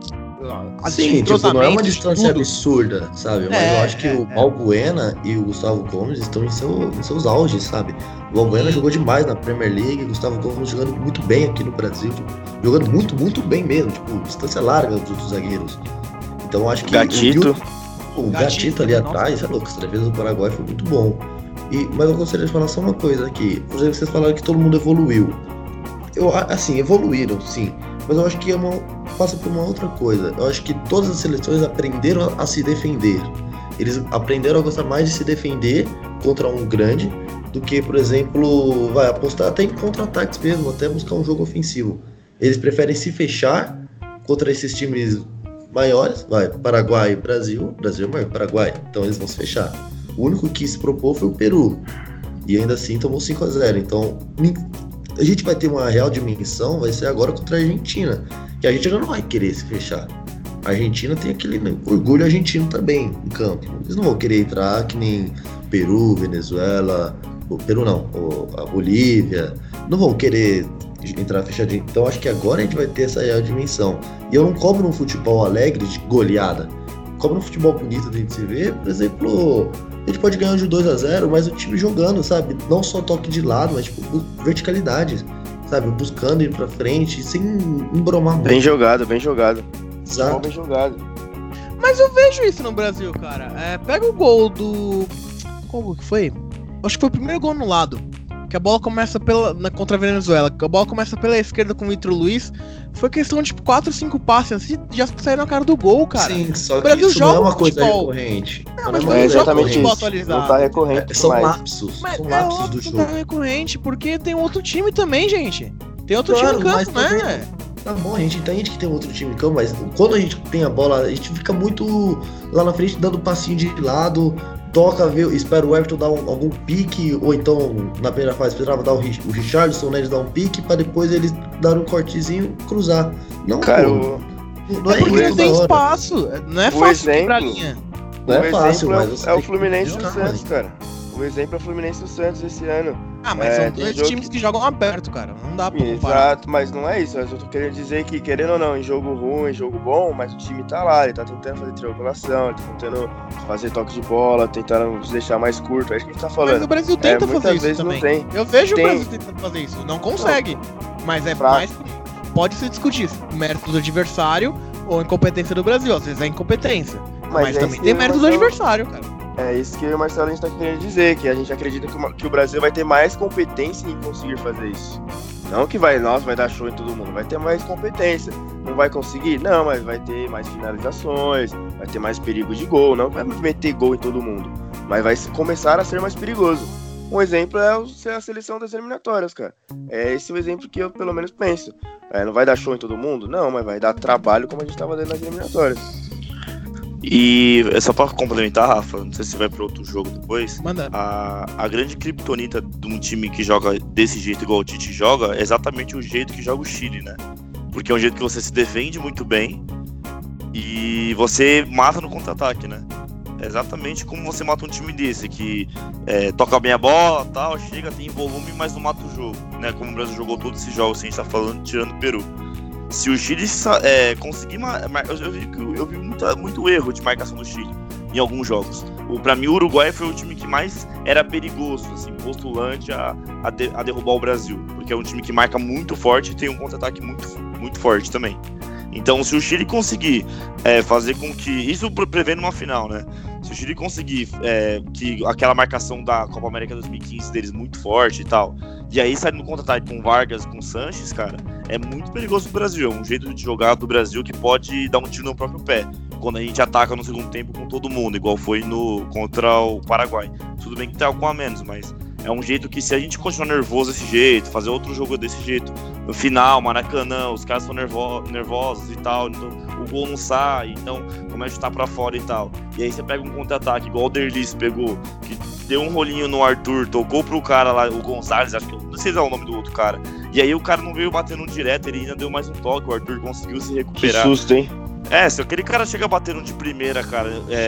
Sim, não é uma distância absurda, sabe? Mas eu acho que o Balbuena e o Gustavo Gomes estão em seus auges, sabe? O Balbuena jogou demais na Premier League, o Gustavo Gomes jogando muito bem aqui no Brasil, jogando muito, muito bem mesmo, distância larga dos outros zagueiros. Então eu acho que o Gatito ali atrás, é louco, a defesa do Paraguai foi muito bom. Mas eu gostaria de falar só uma coisa aqui. Por exemplo, vocês falaram que todo mundo evoluiu. Evoluíram, sim. Mas eu acho que passa por uma outra coisa. Eu acho que todas as seleções aprenderam a se defender. Eles aprenderam a gostar mais de se defender contra um grande do que, por exemplo, apostar até em contra-ataques mesmo, até buscar um jogo ofensivo. Eles preferem se fechar contra esses times maiores, Paraguai e Brasil. Brasil é maior que Paraguai, então eles vão se fechar. O único que se propôs foi o Peru. E ainda assim tomou 5-0. Então, a gente vai ter uma real dimensão, vai ser agora contra a Argentina. Que a gente já não vai querer se fechar. A Argentina tem aquele orgulho argentino também em campo. Eles não vão querer entrar que nem Peru, Venezuela, a Bolívia. Não vão querer entrar fechadinho. Então acho que agora a gente vai ter essa real dimensão. E eu não cobro um futebol alegre de goleada. Cobro um futebol bonito de se ver. Por exemplo, a gente pode ganhar de 2-0, mas o time jogando, sabe? Não só toque de lado, mas verticalidade, sabe? Buscando ir pra frente, sem embromar muito. Bem jogado. Exato. Bem jogado. Mas eu vejo isso no Brasil, cara. Pega o gol do... Qual que foi? Acho que foi o primeiro gol anulado. Que a bola começa contra a Venezuela. Que a bola começa pela esquerda com o Vitor Luiz. Foi questão de 4 ou 5 passes assim, já saíram na cara do gol, cara. Sim, só que Brasil isso não é uma coisa recorrente. Não, mas é exatamente isso. Não tá recorrente. São lapsos. São lapsos do jogo. Não tá recorrente, porque tem outro time também, gente. Tem outro time em campo, né? Tá bom, a gente entende que tem outro time em campo, mas quando a gente tem a bola, a gente fica muito lá na frente dando passinho de lado, toca, espera o Everton dar algum pique, ou então na primeira fase esperava dar o Richarlison, né, eles dar um pique pra depois eles dar um cortezinho e cruzar. Não, cara, não é porque não tem espaço, não é fácil quebrar linha. Não é fácil, mas é o Fluminense do Santos, cara. O exemplo é o Fluminense e o Santos esse ano. Ah, mas são dois times que jogam aberto, cara. Não dá pra comparar. Exato, mas não é isso. Eu tô querendo dizer que, querendo ou não, em jogo ruim, em jogo bom, mas o time tá lá, ele tá tentando fazer triangulação, ele tá tentando fazer toque de bola, tentando deixar mais curto. É isso que a gente tá falando. Mas o Brasil tenta fazer isso também. Não tem. Eu vejo o Brasil tentando fazer isso. Não consegue. Mas é mais. Pode se discutir mérito do adversário ou incompetência do Brasil. Às vezes é incompetência. Mas também tem mérito do adversário, cara. É isso que eu e o Marcelo a gente tá querendo dizer, que a gente acredita que o Brasil vai ter mais competência em conseguir fazer isso. Não que vai dar show em todo mundo, vai ter mais competência. Não vai conseguir? Não, mas vai ter mais finalizações, vai ter mais perigo de gol, não vai meter gol em todo mundo, mas vai começar a ser mais perigoso. Um exemplo é a seleção das eliminatórias, cara. É esse o exemplo que eu pelo menos penso. Não vai dar show em todo mundo? Não, mas vai dar trabalho como a gente tava dando nas eliminatórias. E só pra complementar, Rafa, não sei se vai para outro jogo depois. Manda. A grande criptonita de um time que joga desse jeito igual o Tite joga é exatamente o jeito que joga o Chile, né? Porque é um jeito que você se defende muito bem e você mata no contra-ataque, né? É exatamente como você mata um time desse, que toca bem a bola, tal, chega, tem volume, mas não mata o jogo, né? Como o Brasil jogou todos esses jogos, a gente tá falando, tirando o Peru. Se o Chile conseguir... Eu vi muito erro de marcação do Chile em alguns jogos. Pra mim, o Uruguai foi o time que mais era perigoso, assim, postulante a derrubar o Brasil. Porque é um time que marca muito forte e tem um contra-ataque muito, muito forte também. Então, se o Chile conseguir fazer com que... Isso prevendo uma final, né? Se o Chile conseguir que aquela marcação da Copa América 2015 deles muito forte e tal, e aí sair no contra-ataque com Vargas, com Sanches, cara, é muito perigoso pro Brasil. É um jeito de jogar do Brasil que pode dar um tiro no próprio pé, quando a gente ataca no segundo tempo com todo mundo, igual foi contra o Paraguai. Tudo bem que tá com a menos, mas é um jeito que, se a gente continuar nervoso desse jeito, fazer outro jogo desse jeito, no final, Maracanã, os caras estão nervosos e tal, então o gol não sai, então começa a chutar pra fora e tal. E aí você pega um contra-ataque, igual o Derlis pegou, que deu um rolinho no Arthur, tocou pro cara lá, o Gonzalez, acho que não sei se é o nome do outro cara. E aí o cara não veio batendo direto, ele ainda deu mais um toque, o Arthur conseguiu se recuperar. Que susto, hein? Se aquele cara chega batendo de primeira, cara,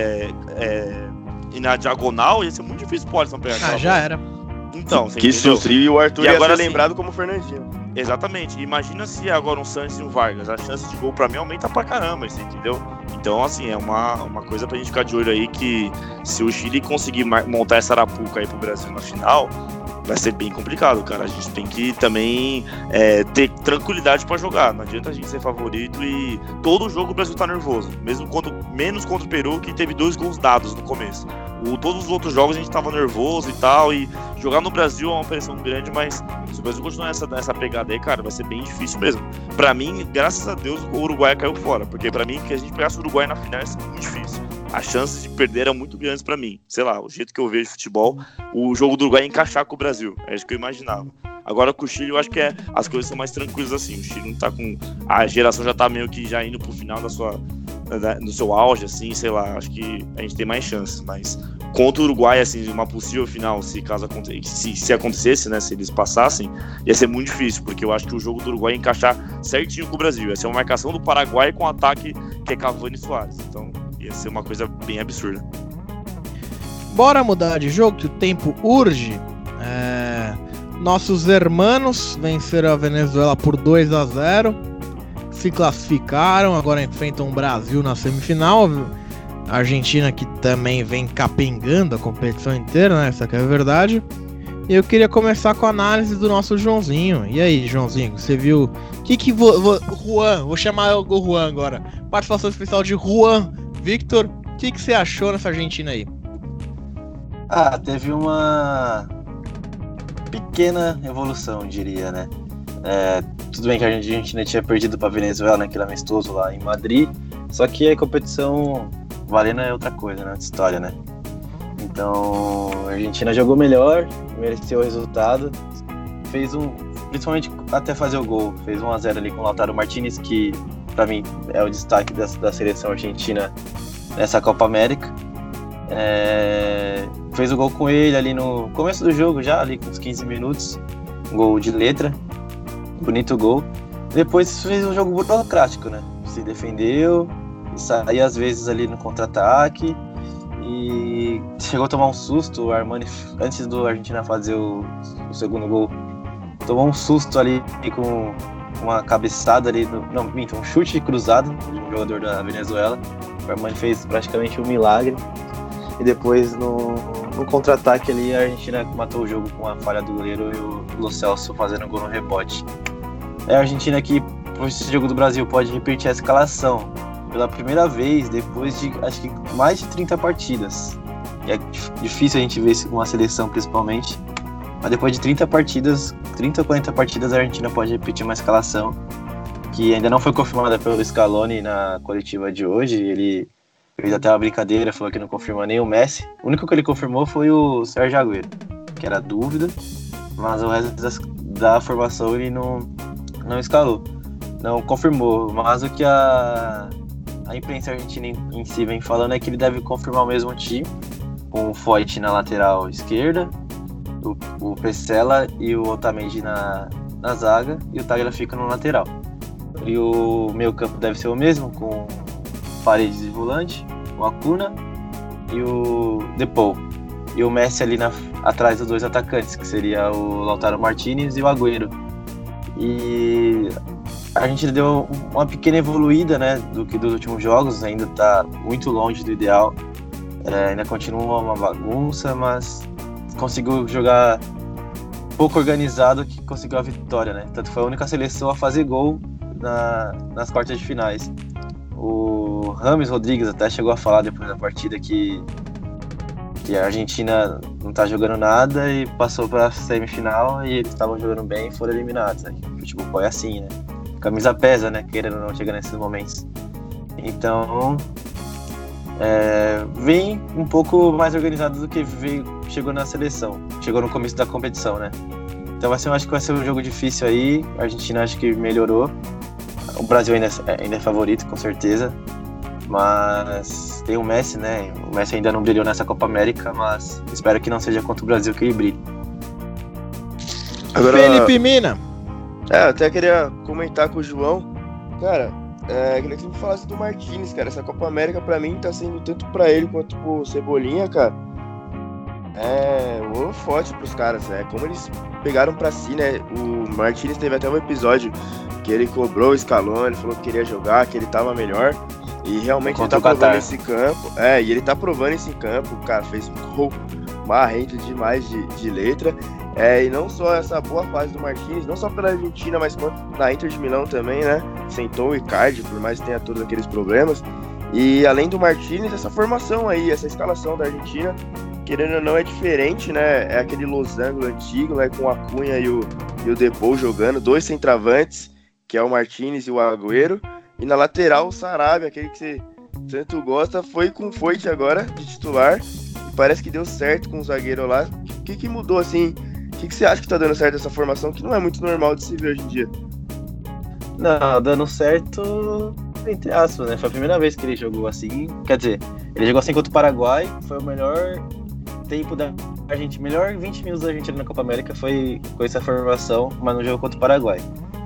e na diagonal, ia ser muito difícil pro Alisson pegar. Já era. Então, que susto, e o Arthur agora ia ser lembrado como Fernandinho. Exatamente, imagina se agora um Sanches e um Vargas, a chance de gol pra mim aumenta pra caramba, você entendeu? Então, assim, é uma coisa pra gente ficar de olho aí, que se o Chile conseguir montar essa arapuca aí pro Brasil na final, vai ser bem complicado, cara. A gente tem que também ter tranquilidade pra jogar, não adianta a gente ser favorito e todo jogo o Brasil tá nervoso, menos contra o Peru, que teve 2 gols dados no começo. Todos os outros jogos a gente tava nervoso e tal, e jogar no Brasil é uma pressão grande, mas se o Brasil continuar nessa pegada aí, cara, vai ser bem difícil mesmo. Pra mim, graças a Deus, o Uruguai caiu fora, porque pra mim, que a gente pegasse o Uruguai na final ia ser muito difícil. As chances de perder eram muito grandes pra mim. Sei lá, o jeito que eu vejo futebol, o jogo do Uruguai ia encaixar com o Brasil, é isso que eu imaginava. Agora com o Chile eu acho que as coisas são mais tranquilas assim. O Chile não tá com... A geração já tá meio que já indo pro final do seu auge, assim, sei lá. Acho que a gente tem mais chances, mas contra o Uruguai, assim, uma possível final, se acontecesse, né, se eles passassem, ia ser muito difícil, porque eu acho que o jogo do Uruguai ia encaixar certinho com o Brasil. Ia ser uma marcação do Paraguai com um ataque que é Cavani e Suárez. Então ia ser uma coisa bem absurda. Bora mudar de jogo, que o tempo urge. Nossos hermanos venceram a Venezuela por 2-0, se classificaram, agora enfrentam o Brasil na semifinal. A Argentina, que também vem capengando a competição inteira, né? Essa que é a verdade. E eu queria começar com a análise do nosso Joãozinho. E aí, Joãozinho, você viu... Juan, vou chamar o Juan agora. Participação especial de Juan Victor. O que você achou nessa Argentina aí? Teve uma pequena evolução, diria, né? Tudo bem que a Argentina tinha perdido para a Venezuela naquele amistoso lá em Madrid, só que a competição valendo é outra coisa, né? Outra história, né? Então, a Argentina jogou melhor, mereceu o resultado, principalmente até fazer o gol, fez 1-0 ali com o Lautaro Martínez, que para mim é o destaque da seleção argentina nessa Copa América. Fez o gol com ele ali no começo do jogo, já ali com uns 15 minutos, um gol de letra, bonito gol. Depois fez um jogo burocrático, né? Se defendeu, e saía às vezes ali no contra-ataque e chegou a tomar um susto. O Armani, antes do Argentina fazer o segundo gol, tomou um susto ali com uma cabeçada ali, um chute cruzado de um jogador da Venezuela. O Armani fez praticamente um milagre. E depois no contra-ataque ali, a Argentina matou o jogo com a falha do goleiro e o Lo Celso fazendo gol no rebote. É a Argentina que, por esse jogo do Brasil, pode repetir a escalação pela primeira vez depois de, acho que, mais de 30 partidas. E é difícil a gente ver isso com a seleção, principalmente. Mas depois de 30 ou 40 partidas, a Argentina pode repetir uma escalação que ainda não foi confirmada pelo Scaloni na coletiva de hoje. Ele fez até uma brincadeira, falou que não confirma nem o Messi. O único que ele confirmou foi o Sérgio Agüero, que era dúvida, mas o resto da formação ele não escalou, não confirmou. Mas o que a imprensa argentina em si vem falando é que ele deve confirmar o mesmo time, com o Foyt na lateral esquerda, o Pesela e o Otamendi na zaga, e o Tagliafico no lateral. E o meio campo deve ser o mesmo, com Paredes de volante, o Acuna e o Depou. E o Messi ali atrás dos dois atacantes, que seria o Lautaro Martinez e o Agüero. E a gente deu uma pequena evoluída, né, dos últimos jogos, ainda está muito longe do ideal. Ainda continua uma bagunça, mas conseguiu jogar pouco organizado, que conseguiu a vitória, né? Tanto foi a única seleção a fazer gol nas quartas de finais. O Rames Rodrigues até chegou a falar depois da partida que a Argentina não tá jogando nada e passou para a semifinal e eles estavam jogando bem e foram eliminados, né? O futebol é assim, né? Camisa pesa, né? Querendo ou não chegar nesses momentos. Então, vem um pouco mais organizado do que chegou na seleção, chegou no começo da competição, né? Então acho que vai ser um jogo difícil aí. A Argentina acho que melhorou. O Brasil ainda é favorito, com certeza. Mas tem o Messi, né? O Messi ainda não brilhou nessa Copa América, mas espero que não seja contra o Brasil que ele brilhe. Agora, Felipe Mina. Eu até queria comentar com o João. Cara, queria que você me falasse do Marquinhos, cara. Essa Copa América pra mim tá sendo tanto pra ele quanto pro Cebolinha, cara. Forte pros caras, como eles pegaram pra si, né? O Marquinhos teve até um episódio que ele cobrou o Scaloni, ele falou que queria jogar, que ele tava melhor. E realmente ele tá provando esse campo. E ele tá provando esse campo. O cara fez um gol marrento demais de letra. E não só essa boa fase do Marquinhos, não só pela Argentina, mas quanto na Inter de Milão também, né? Sentou o Icardi, por mais que tenha todos aqueles problemas. E além do Marquinhos, essa formação aí, essa escalação da Argentina, querendo ou não, é diferente, né? É aquele losango antigo, né? Com a Cunha e o Depou jogando, dois centravantes, que é o Marquinhos e o Agüero. E na lateral, o Sarabia, aquele que você tanto gosta, foi com o Foyt agora, de titular. E parece que deu certo com o zagueiro lá. O que mudou, assim? O que você acha que tá dando certo essa formação, que não é muito normal de se ver hoje em dia? Não, dando certo, entre aspas, né? Foi a primeira vez que ele jogou assim. Quer dizer, ele jogou assim contra o Paraguai. Foi o melhor tempo da Argentina. Melhor 20 minutos da Argentina na Copa América foi com essa formação, mas no jogo contra o Paraguai.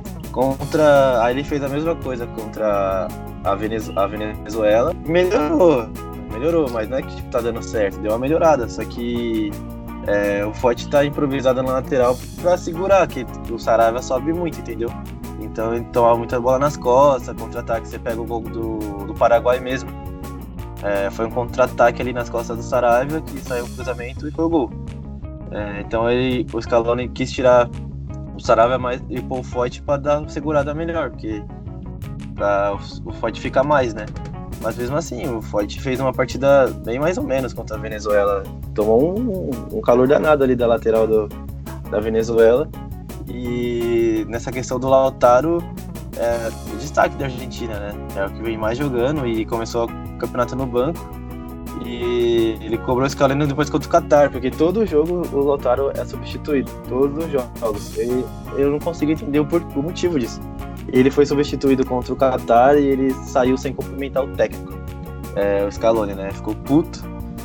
Aí ele fez a mesma coisa contra a Venezuela. Melhorou, mas não é que tá dando certo, deu uma melhorada, só que o Foyt tá improvisado na lateral pra segurar, que o Sarabia sobe muito, entendeu? Então ele toma muita bola nas costas, contra-ataque, você pega o gol do Paraguai mesmo. Foi um contra-ataque ali nas costas do Sarabia, que saiu um cruzamento e foi o gol. Então o Scaloni quis tirar o Sarabia mais e pôr o Foyt pra dar uma segurada melhor, porque pra o Foyt ficar mais, né? Mas mesmo assim, o Foyt fez uma partida bem mais ou menos contra a Venezuela. Tomou um calor danado ali da lateral da Venezuela. E nessa questão do Lautaro, o destaque da Argentina, né? É o que vem mais jogando e começou o campeonato no banco. E ele cobrou o Scaloni depois contra o Qatar, porque todo jogo o Lautaro é substituído, todos os jogos. E eu não consigo entender o motivo disso. Ele foi substituído contra o Qatar e ele saiu sem cumprimentar o técnico, o Scaloni, né? Ficou puto.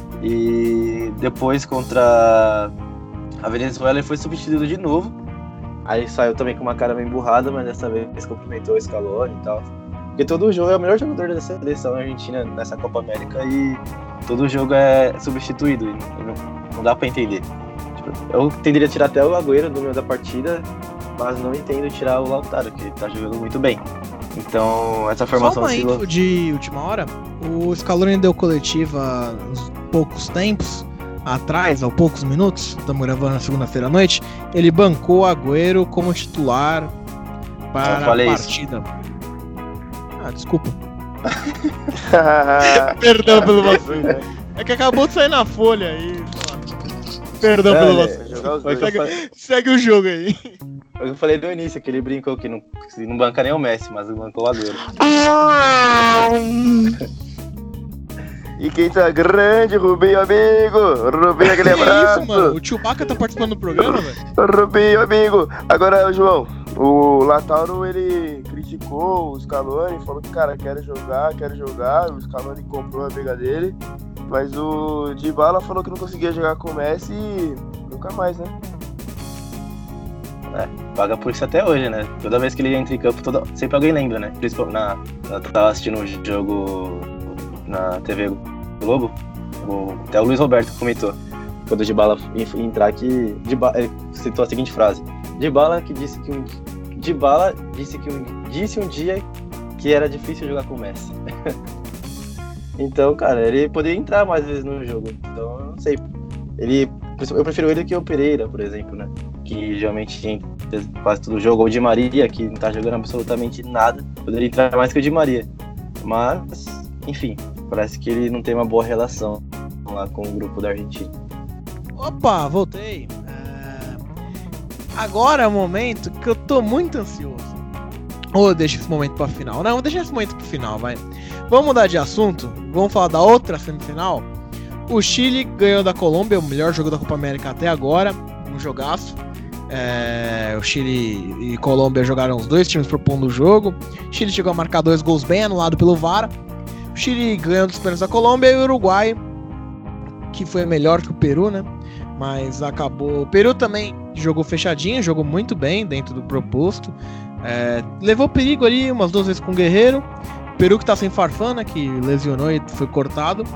E depois contra a Venezuela ele foi substituído de novo. Aí saiu também com uma cara meio emburrada, mas dessa vez cumprimentou o Scaloni e tal. Porque todo jogo é o melhor jogador da seleção argentina nessa Copa América e todo jogo é substituído. Não dá pra entender. Tipo, eu tenderia a tirar até o Agüero do meio da partida, mas não entendo tirar o Lautaro, que tá jogando muito bem. Então, essa formação... Só uma info de última hora, o Scaloni deu coletiva uns poucos tempos atrás, há poucos minutos, estamos gravando na segunda-feira à noite, ele bancou o Agüero como titular para a partida. Ah, desculpa. Perdão pelo vacilo. É que acabou de sair na folha aí. Perdão pelo vacilo. Segue o jogo aí. Eu falei do início que ele brincou que não banca nem o Messi, mas bancou o Agüero. E quem tá grande, Rubinho, amigo! Rubinho, aquele abraço! Isso, mano? O Chewbacca tá participando do programa, velho? Rubinho, amigo! Agora, João, o Lautaro, ele criticou o Scaloni, falou que, cara, quero jogar. O Scaloni comprou a briga dele, mas o Dybala falou que não conseguia jogar com o Messi e nunca mais, né? Paga por isso até hoje, né? Toda vez que ele entra em campo, sempre alguém lembra, né? Principalmente eu tava assistindo um jogo na TV Globo, até o Luiz Roberto comentou, quando o Dybala entrar aqui, ele citou a seguinte frase: Dybala disse um dia que era difícil jogar com o Messi. Então, cara, ele poderia entrar mais vezes no jogo, então eu não sei. Eu prefiro ele que o Pereira, por exemplo, né? Que geralmente entra quase todo jogo, ou o Di Maria, que não tá jogando absolutamente nada, poderia entrar mais que o Di Maria. Mas, enfim, parece que ele não tem uma boa relação lá com o grupo da Argentina. Opa, voltei. Agora é o momento que eu tô muito ansioso. Ou eu deixo esse momento pra final? Não, vou deixar esse momento pro final, vai. Vamos mudar de assunto, vamos falar da outra semifinal. O Chile ganhou da Colômbia, o melhor jogo da Copa América até agora, um jogaço. O Chile e Colômbia jogaram os dois times propondo o jogo. O Chile chegou a marcar 2 gols bem anulado pelo VAR. O Chile ganhou dos pênaltis da Colômbia e o Uruguai, que foi melhor que o Peru, né? Mas acabou. O Peru também jogou fechadinho, jogou muito bem dentro do proposto. Levou perigo ali umas 2 vezes com o Guerreiro. O Peru que tá sem Farfán, né, que lesionou e foi cortado.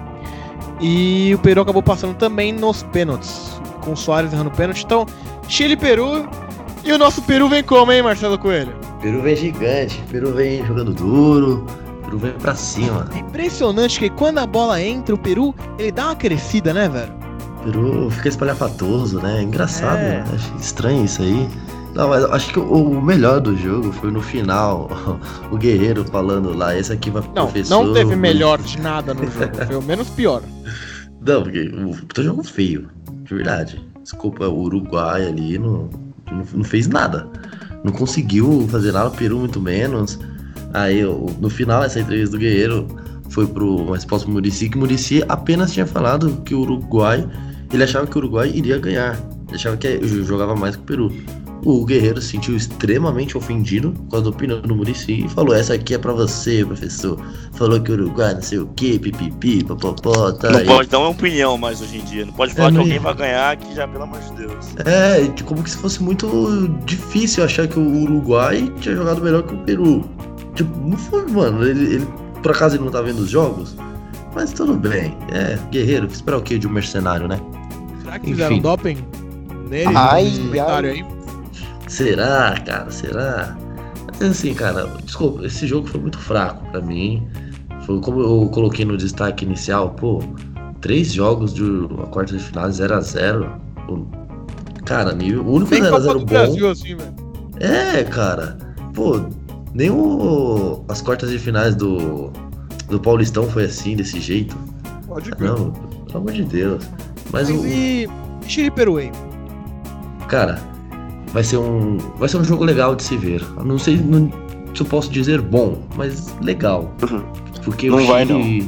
E o Peru acabou passando também nos pênaltis, com o Suárez errando pênalti. Então, Chile e Peru. E o nosso Peru vem como, hein, Marcelo Coelho? Peru vem gigante, Peru vem jogando duro, Peru vem pra cima. É impressionante que quando a bola entra, o Peru, ele dá uma crescida, né, velho? O Peru fica espalhafatoso, né? Engraçado, né? Acho estranho isso aí. Não, mas acho que o melhor do jogo foi no final, o Guerreiro falando lá, esse aqui vai pro professor. Não teve melhor de nada no jogo, foi o menos pior. Não, porque o jogo feio, de verdade. Desculpa, o Uruguai ali não fez nada. Não conseguiu fazer nada, o Peru muito menos. Aí, no final, essa entrevista do Guerreiro foi uma resposta pro Muricy, que o Muricy apenas tinha falado que o Uruguai, ele achava que o Uruguai iria ganhar. Ele achava que jogava mais que o Peru. O Guerreiro se sentiu extremamente ofendido com a opinião do Muricy e falou: essa aqui é pra você, professor. Falou que o Uruguai não sei o que, pipipi, popopó, tá. Não pode dar uma opinião mais hoje em dia. Não pode falar que alguém vai ganhar aqui já, pelo amor de Deus. Como que se fosse muito difícil achar que o Uruguai tinha jogado melhor que o Peru. Tipo, não foi, mano. Ele por acaso ele não tá vendo os jogos? Mas tudo bem. Guerreiro, esperar o quê de um mercenário, né? Será que fizeram doping nele? Comentário aí? Será, cara? Será? Mas assim, cara, desculpa, esse jogo foi muito fraco pra mim. Foi como eu coloquei no destaque inicial, 3 jogos de uma quarta de final 0x0. Cara, o único 0x0 bom. Brasil, assim, velho. Cara. Nem as quartas de finais do Paulistão foi assim, desse jeito. Pode crer. Não, pelo amor de Deus. Mas e Chile e Peru aí? Cara, vai ser um jogo legal de se ver. Não sei se eu posso dizer bom, mas legal. Porque não o vai, Chile...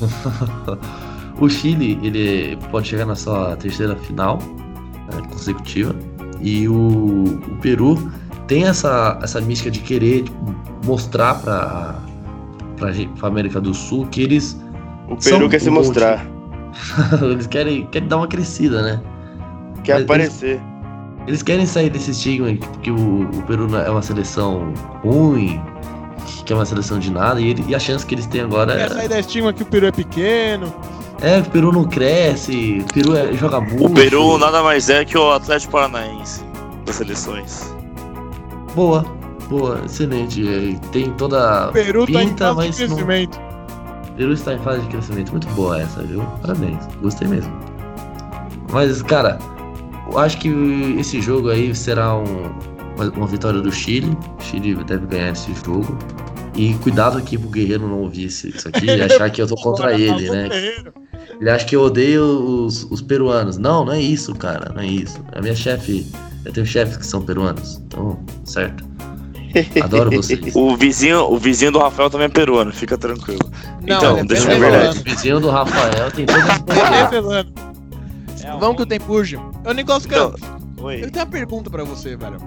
O Chile, ele pode chegar na sua 3ª final consecutiva. E o Peru tem essa mística de querer mostrar pra América do Sul que eles... O Peru quer se mostrar. Eles querem dar uma crescida, né? Quer aparecer. Eles querem sair desse estigma que o Peru é uma seleção ruim, que é uma seleção de nada, e a chance que eles têm agora Quer sair da estigma que o Peru é pequeno. O Peru não cresce, o Peru joga muito. O Peru nada mais é que o Atlético Paranaense das seleções. Boa, excelente. Tem toda O Peru pinta, tá em fase mas de crescimento. O Peru está em fase de crescimento. Muito boa essa, viu? Parabéns, gostei mesmo. Mas, cara, eu acho que esse jogo aí será uma vitória do Chile. O Chile deve ganhar esse jogo. E cuidado aqui pro Guerreiro não ouvir isso aqui e achar que eu tô contra ele, né? Ele acha que eu odeio os peruanos. Não é isso, cara. Não é isso. A minha chefe... Eu tenho chefes que são peruanos. Então, certo. Adoro vocês. O vizinho do Rafael também é peruano, fica tranquilo. Não, então, deixa eu ver. O vizinho do Rafael tem todo esse Vamos que o tempo urge. Ô, Nicolas Campos, Oi. eu tenho uma pergunta pra você, velho.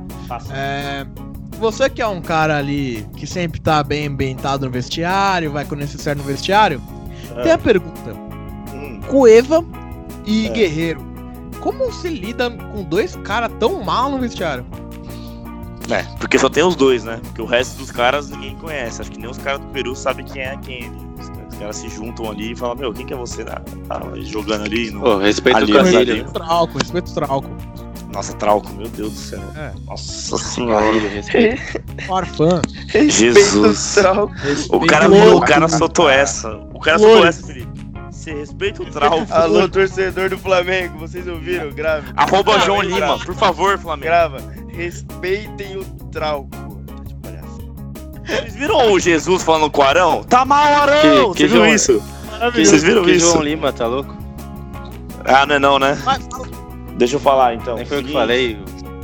Você que é um cara ali que sempre tá bem ambientado no vestiário, vai quando necessário no vestiário, tem a pergunta. Cueva e Guerreiro, como você lida com dois caras tão mal no vestiário? Porque só tem os dois, né? Porque o resto dos caras ninguém conhece. Acho que nem os caras do Peru sabem quem é quem ali. Os caras se juntam ali e falam, meu, quem que é você? Tá jogando ali no... Respeito o Casilho. Respeito o Trauco. Nossa, Trauco, meu Deus do céu. Nossa senhora. Farfã. Jesus. O cara soltou essa. Felipe. Você respeita o Trauco. Alô, torcedor do Flamengo, vocês ouviram? Grave. @ João Lima, por favor, Flamengo. Grava. Respeitem o Trauco. Vocês viram o Jesus falando com o Arão? Tá mal, Arão! Você viu isso? Vocês viram isso? João Lima, tá louco? Não é não, né? Deixa eu falar então. Nem foi o que falei.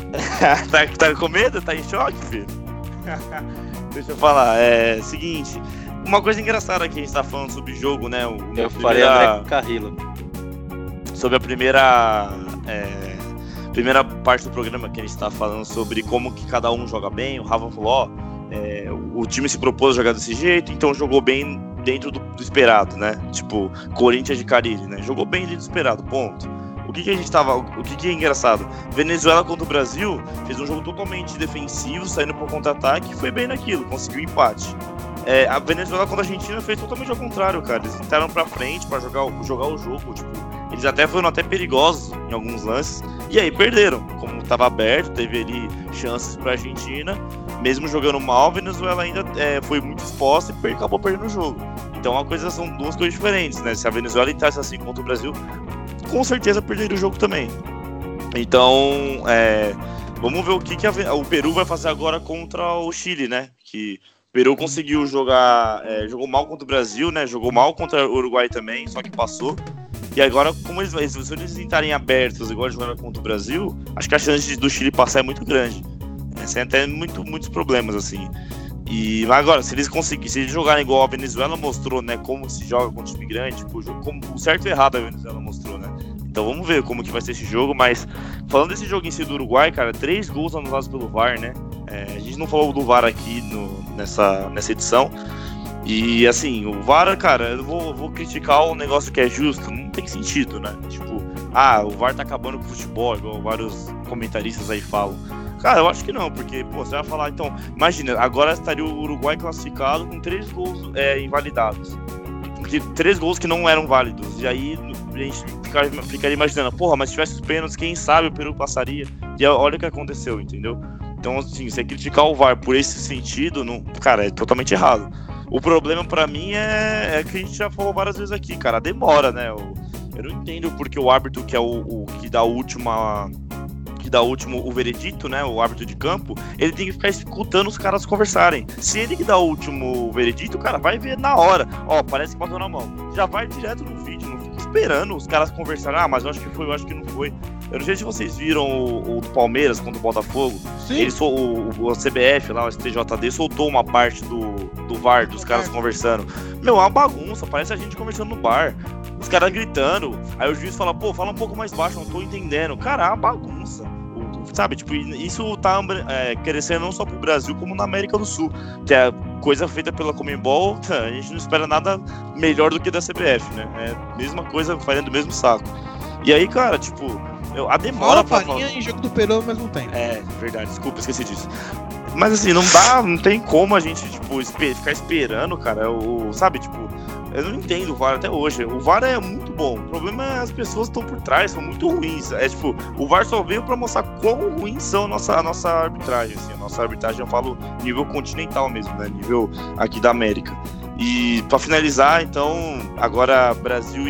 Tá com medo? Tá em choque, filho? Deixa eu falar. Seguinte. Uma coisa engraçada que a gente tá falando sobre o jogo, né? Eu falei André Carrillo. Sobre a primeira parte do programa que a gente tá falando sobre como que cada um joga bem. O Rafa falou, o time se propôs a jogar desse jeito, então jogou bem dentro do esperado, né? Tipo, Corinthians de Carille, né? Jogou bem dentro do esperado, ponto. O que é engraçado? Venezuela contra o Brasil fez um jogo totalmente defensivo, saindo pro contra-ataque, foi bem naquilo, conseguiu empate. A Venezuela contra a Argentina fez totalmente ao contrário, cara. Eles entraram pra frente pra jogar o jogo, tipo, eles até foram perigosos em alguns lances, e aí perderam. Como tava aberto, teve ali chances pra Argentina, mesmo jogando mal, a Venezuela ainda foi muito exposta e acabou perdendo o jogo. Então são duas coisas diferentes, né? Se a Venezuela entrasse assim contra o Brasil, com certeza perderia o jogo também. Então, vamos ver o que o Peru vai fazer agora contra o Chile, né? Que o Peru conseguiu jogar, jogou mal contra o Brasil, né? Jogou mal contra o Uruguai também, só que passou. E agora, se eles estarem abertos igual jogaram contra o Brasil, acho que a chance do Chile passar é muito grande. Sem até muitos problemas, assim. Mas agora, se eles jogarem igual a Venezuela mostrou, né? Como se joga com um time grande, tipo, como o certo e errado a Venezuela mostrou, né? Então vamos ver como que vai ser esse jogo, mas falando desse jogo em si do Uruguai, cara, 3 gols anulados pelo VAR, né? A gente não falou do VAR aqui nessa edição. E assim, o VAR, cara, eu vou criticar o negócio que é justo, não tem sentido, né? Tipo, o VAR tá acabando com o futebol, igual vários comentaristas aí falam. Cara, eu acho que não, porque, você vai falar, então, imagina, agora estaria o Uruguai classificado com 3 gols invalidados. Porque 3 gols que não eram válidos. E aí a gente ficaria imaginando, mas se tivesse os pênaltis, quem sabe o Peru passaria. E olha o que aconteceu, entendeu? Então, assim, você criticar o VAR por esse sentido, cara, é totalmente errado. O problema pra mim é que a gente já falou várias vezes aqui, cara, a demora, né? Eu não entendo porque o árbitro, que é o que dá o veredito, né, o árbitro de campo, ele tem que ficar escutando os caras conversarem. Se ele que dá o último veredito, o cara vai ver na hora, parece que passou na mão, já vai direto no vídeo, não fica esperando os caras conversarem, mas eu acho que foi, eu acho que não foi. Eu não sei se vocês viram o do Palmeiras contra o Botafogo. Sim. O CBF lá, o STJD, soltou uma parte do VAR, dos caras conversando. É uma bagunça, parece a gente conversando no bar. Os caras gritando, aí o juiz fala, fala um pouco mais baixo, não tô entendendo. Cara, é uma bagunça. Sabe, tipo, isso tá crescendo não só pro Brasil, como na América do Sul. Que é coisa feita pela Conmebol, a gente não espera nada melhor do que da CBF, né? É a mesma coisa, fazendo o mesmo saco. E aí, cara, tipo, a demora pra farinha em jogo do Peru ao mesmo tempo. Verdade, desculpa, esqueci disso. Mas assim, não tem como a gente, tipo, ficar esperando, cara, sabe, tipo, eu não entendo o VAR até hoje. O VAR é muito bom. O problema é as pessoas que estão por trás, são muito ruins. É tipo, o VAR só veio pra mostrar quão ruins são a nossa arbitragem. Assim. A nossa arbitragem, eu falo nível continental mesmo, né? Nível aqui da América. E pra finalizar, então, agora Brasil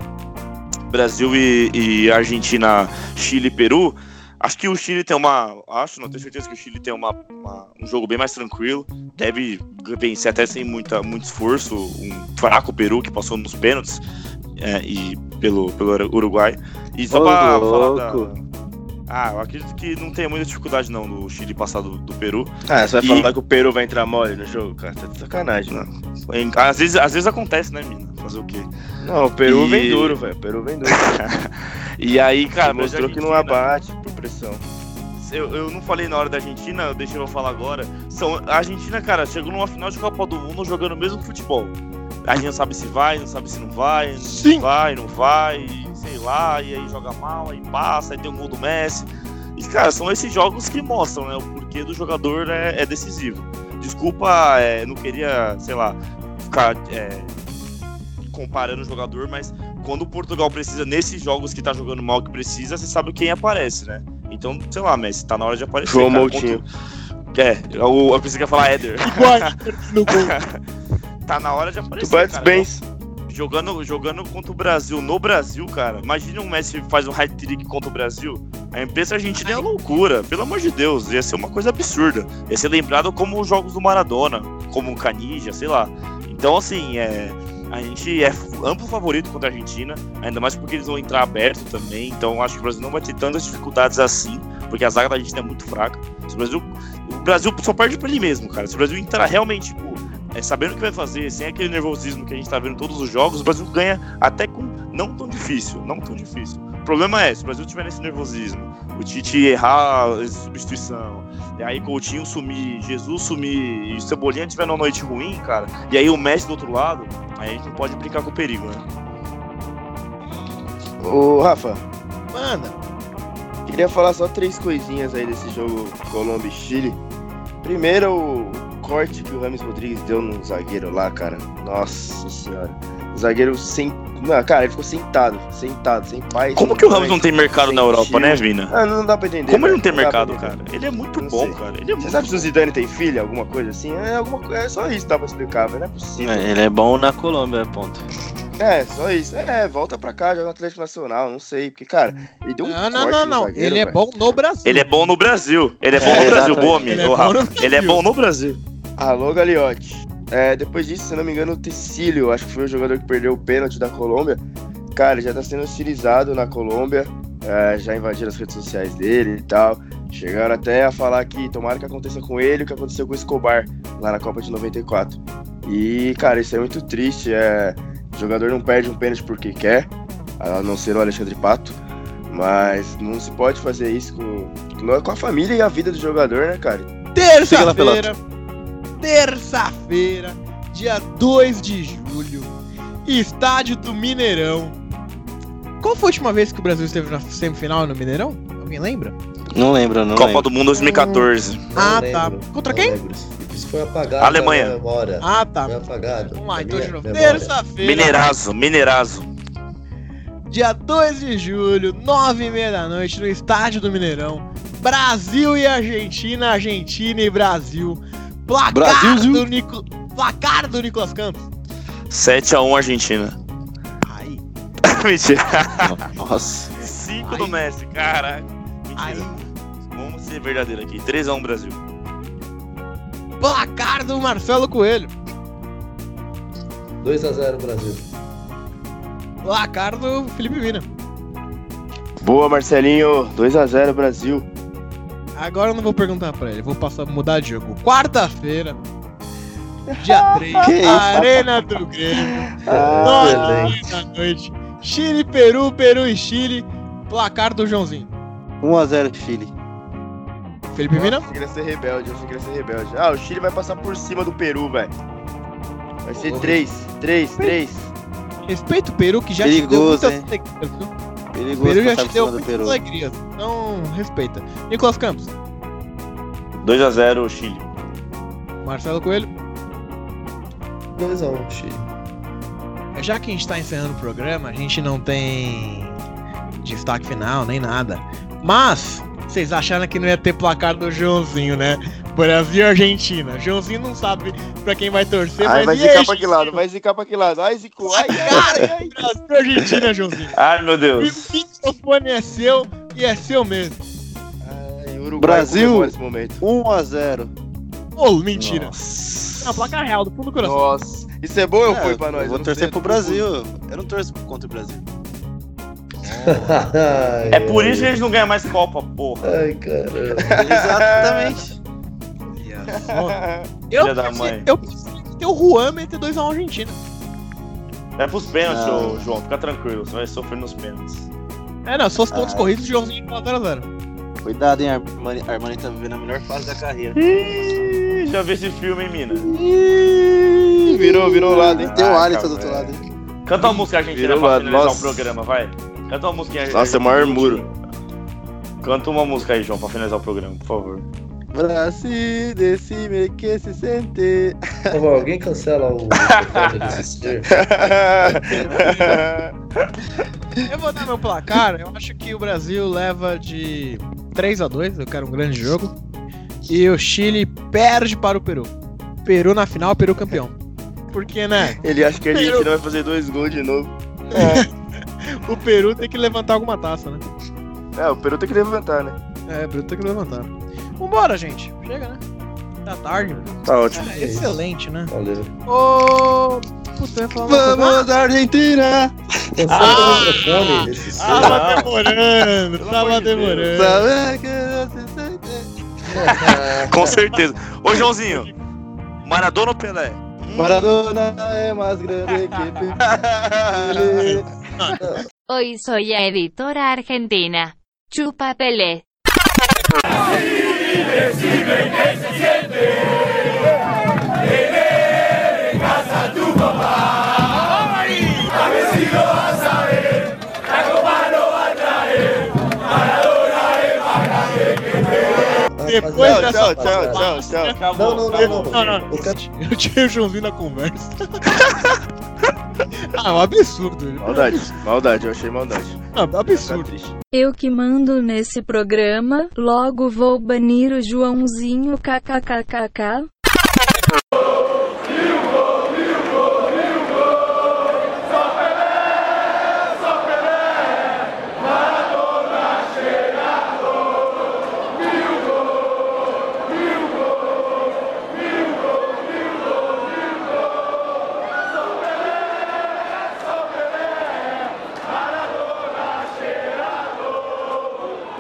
e Argentina, Chile e Peru. Acho que o Chile tem não tenho certeza que o Chile tem um jogo bem mais tranquilo. Deve vencer até sem muito esforço. Um fraco Peru que passou nos pênaltis e pelo Uruguai. E só pra falar eu acredito que não tem muita dificuldade não do Chile passar do Peru. Você vai falar que o Peru vai entrar mole no jogo, cara? Tá de sacanagem, né? Às vezes acontece, né, mina? Fazer o quê? Não, o Peru vem duro, velho. O Peru vem duro. E aí, cara, mostrou que não abate por pressão. Eu não falei na hora da Argentina, eu deixei eu falar agora. A Argentina, cara, chegou numa final de Copa do Mundo jogando o mesmo futebol. A gente não sabe se vai, não sabe se não vai, não vai, sei lá, e aí joga mal, aí passa, aí tem um gol do Messi. E, cara, são esses jogos que mostram, né, o porquê do jogador é decisivo. Desculpa, não queria, sei lá, ficar comparando o jogador, mas quando o Portugal precisa, nesses jogos que tá jogando mal que precisa, você sabe quem aparece, né? Então, sei lá, Messi, tá na hora de aparecer. João Moutinho. Eu pensei que ia falar Éder. No gol. Tá na hora de aparecer, Tu bates bem. Jogando contra o Brasil, no Brasil, cara. Imagina um Messi faz um hat-trick contra o Brasil. A imprensa argentina é loucura, pelo amor de Deus. Ia ser uma coisa absurda. Ia ser lembrado como os jogos do Maradona, como o Canija, sei lá. Então, assim, a gente é amplo favorito contra a Argentina, ainda mais porque eles vão entrar aberto também. Então, acho que o Brasil não vai ter tantas dificuldades assim, porque a zaga da Argentina é muito fraca. O Brasil só perde pra ele mesmo, cara. Se o Brasil entrar realmente, sabendo o que vai fazer, sem aquele nervosismo que a gente tá vendo em todos os jogos, o Brasil ganha até com não tão difícil. O problema se o Brasil tiver nesse nervosismo, o Tite errar a substituição, e aí Coutinho sumir, Jesus sumir, e o Cebolinha tiver numa noite ruim, cara, e aí o Messi do outro lado, aí a gente não pode brincar com o perigo, né? Ô, Rafa, Manda. queria falar só 3 coisinhas aí desse jogo Colômbia e Chile. Primeiro, o corte que o Rames Rodrigues deu no zagueiro lá, cara. Nossa senhora. O zagueiro cara, ele ficou sentado, sem paz. Como que o Ramos não tem mercado na Europa, né, Vina? Não dá pra entender. Como ele não tem mercado, cara? Ele é muito bom, cara. Você sabe se o Zidane tem filha, alguma coisa assim? É só isso que dá pra explicar, mas não é possível. Ele é bom na Colômbia, ponto. Só isso. Volta pra cá, joga no Atlético Nacional, não sei. Porque, cara, ele deu um corte Não. zagueiro, Ele é bom no Brasil. Ele é bom no Brasil. Boa, amigo. Ele é bom no Brasil. Alô, Gagliotti. Depois disso, se não me engano, o Tecílio, acho que foi o jogador que perdeu o pênalti da Colômbia. Cara, ele já tá sendo hostilizado na Colômbia. Já invadiram as redes sociais dele e tal. Chegaram até a falar que tomara que aconteça com ele o que aconteceu com o Escobar lá na Copa de 94. E, cara, isso é muito triste. O jogador não perde um pênalti porque quer, a não ser o Alexandre Pato. Mas não se pode fazer isso com a família e a vida do jogador, né, cara? Terça-feira, dia 2 de julho, estádio do Mineirão. Qual foi a última vez que o Brasil esteve na semifinal no Mineirão? Alguém lembra? Não lembro. Copa do Mundo 2014. Tá. Contra quem? Isso foi apagado. Alemanha. Memória. Tá. Foi apagado. Vamos lá, então de novo. Memória. Terça-feira. Minerazo. Dia 2 de julho, 9h30 da noite, no estádio do Mineirão. Brasil e Argentina, Argentina e Brasil. Placar do Nicolas Campos. 7-1 Argentina. Aí. Mentira. Nossa. 5 do Messi, caraca. Mentira. Vamos ser verdadeiros aqui. 3-1 Brasil. Placar do Marcelo Coelho. 2-0 Brasil. Placar do Felipe Mina. Boa, Marcelinho. 2-0 Brasil. Agora eu não vou perguntar pra ele, vou mudar de jogo. Quarta-feira, dia 3, Arena do Grêmio, 9h da noite. Chile, Peru e Chile. Placar do Joãozinho. 1-0 Chile. Felipe Mina? Eu achei que ele ia ser rebelde. O Chile vai passar por cima do Peru, velho. Vai ser 3. Respeita o Peru, que já perigoso, te deu muitas hein? alegrias, viu? Perigoso, O Peru já passar te por deu cima do muitas Peru. alegrias. Então, respeita. Nicolas Campos. 2-0 Chile. Marcelo Coelho. 2-1 Chile. já que a gente tá encerrando o programa, a gente não tem destaque final, nem nada. Mas, vocês acharam que não ia ter placar do Joãozinho, né? Brasil e Argentina. Joãozinho não sabe pra quem vai torcer, Ai, mas vai e zicar aí, pra que lado? Vai zicar pra que lado? Ai, zicou. Ai, ai. Brasil e Argentina, Joãozinho. Ai, meu O Deus. microfone é seu e é seu mesmo. Ai, Uruguai Brasil. comemora esse momento. 1-0. Ô, mentira. Nossa. Não, placar real, do fundo do coração. Nossa. Isso é bom ou foi pra nós? Eu vou não torcer sei, pro Brasil. Eu não torço contra o Brasil. É por isso que eles não ganham mais Copa, porra. Ai, caramba. Exatamente. Filha da mãe. Eu preciso ter o Juan meter 2x1 Argentina. É pros pênaltis, Não. ô, João. Fica tranquilo, você vai sofrer nos pênaltis. É, não, se fosse pontos corridos, o Joãozinho ia 0x0. Cuidado, hein? A Armani tá vivendo a melhor fase da carreira. Ih, já vi esse filme, hein, mina? Virou o lado, hein? Tem o Ah, Alisson do cara, outro lado. hein? Canta uma música argentina Virou pra lado, finalizar nossa. o programa, vai. Canta uma música argentina. Nossa, é o maior muro. Canta uma música aí, João, pra finalizar o programa, por favor. Brasil, decime que se sente. Por favor, alguém cancela o recado desse ser? Eu vou dar meu placar. Eu acho que o Brasil leva de 3x2. Eu quero um grande jogo. E o Chile perde para o Peru. Peru na final, Peru campeão. Porque, né? Ele acha que a Argentina vai fazer 2 gols de novo. O Peru tem que levantar alguma taça, né? É, o Peru tem que levantar, né? É, o Peru tem que levantar. Vambora, gente. Chega, né? Tá tarde, velho. Tá ótimo. É, excelente, né? Valeu. Ô. Puta, eu ia falar uma coisa. Vamos, Argentina! Cancela o microfone desse ser. Tava demorando, tava demorando. Sabe que se sente. Com certeza. Ô, Joãozinho, Maradona ou Pelé? Maradona é mais grande que Pelé. Hoy soy la editora argentina. Chupa Pelé. Depois Tchau, dessa tchau. Acabou. Não. Eu tirei o Joãozinho na conversa. Ah, é um absurdo. Maldade, eu achei maldade. Ah, Tá absurdo. triste. Eu que mando nesse programa, logo vou banir o Joãozinho kkkk.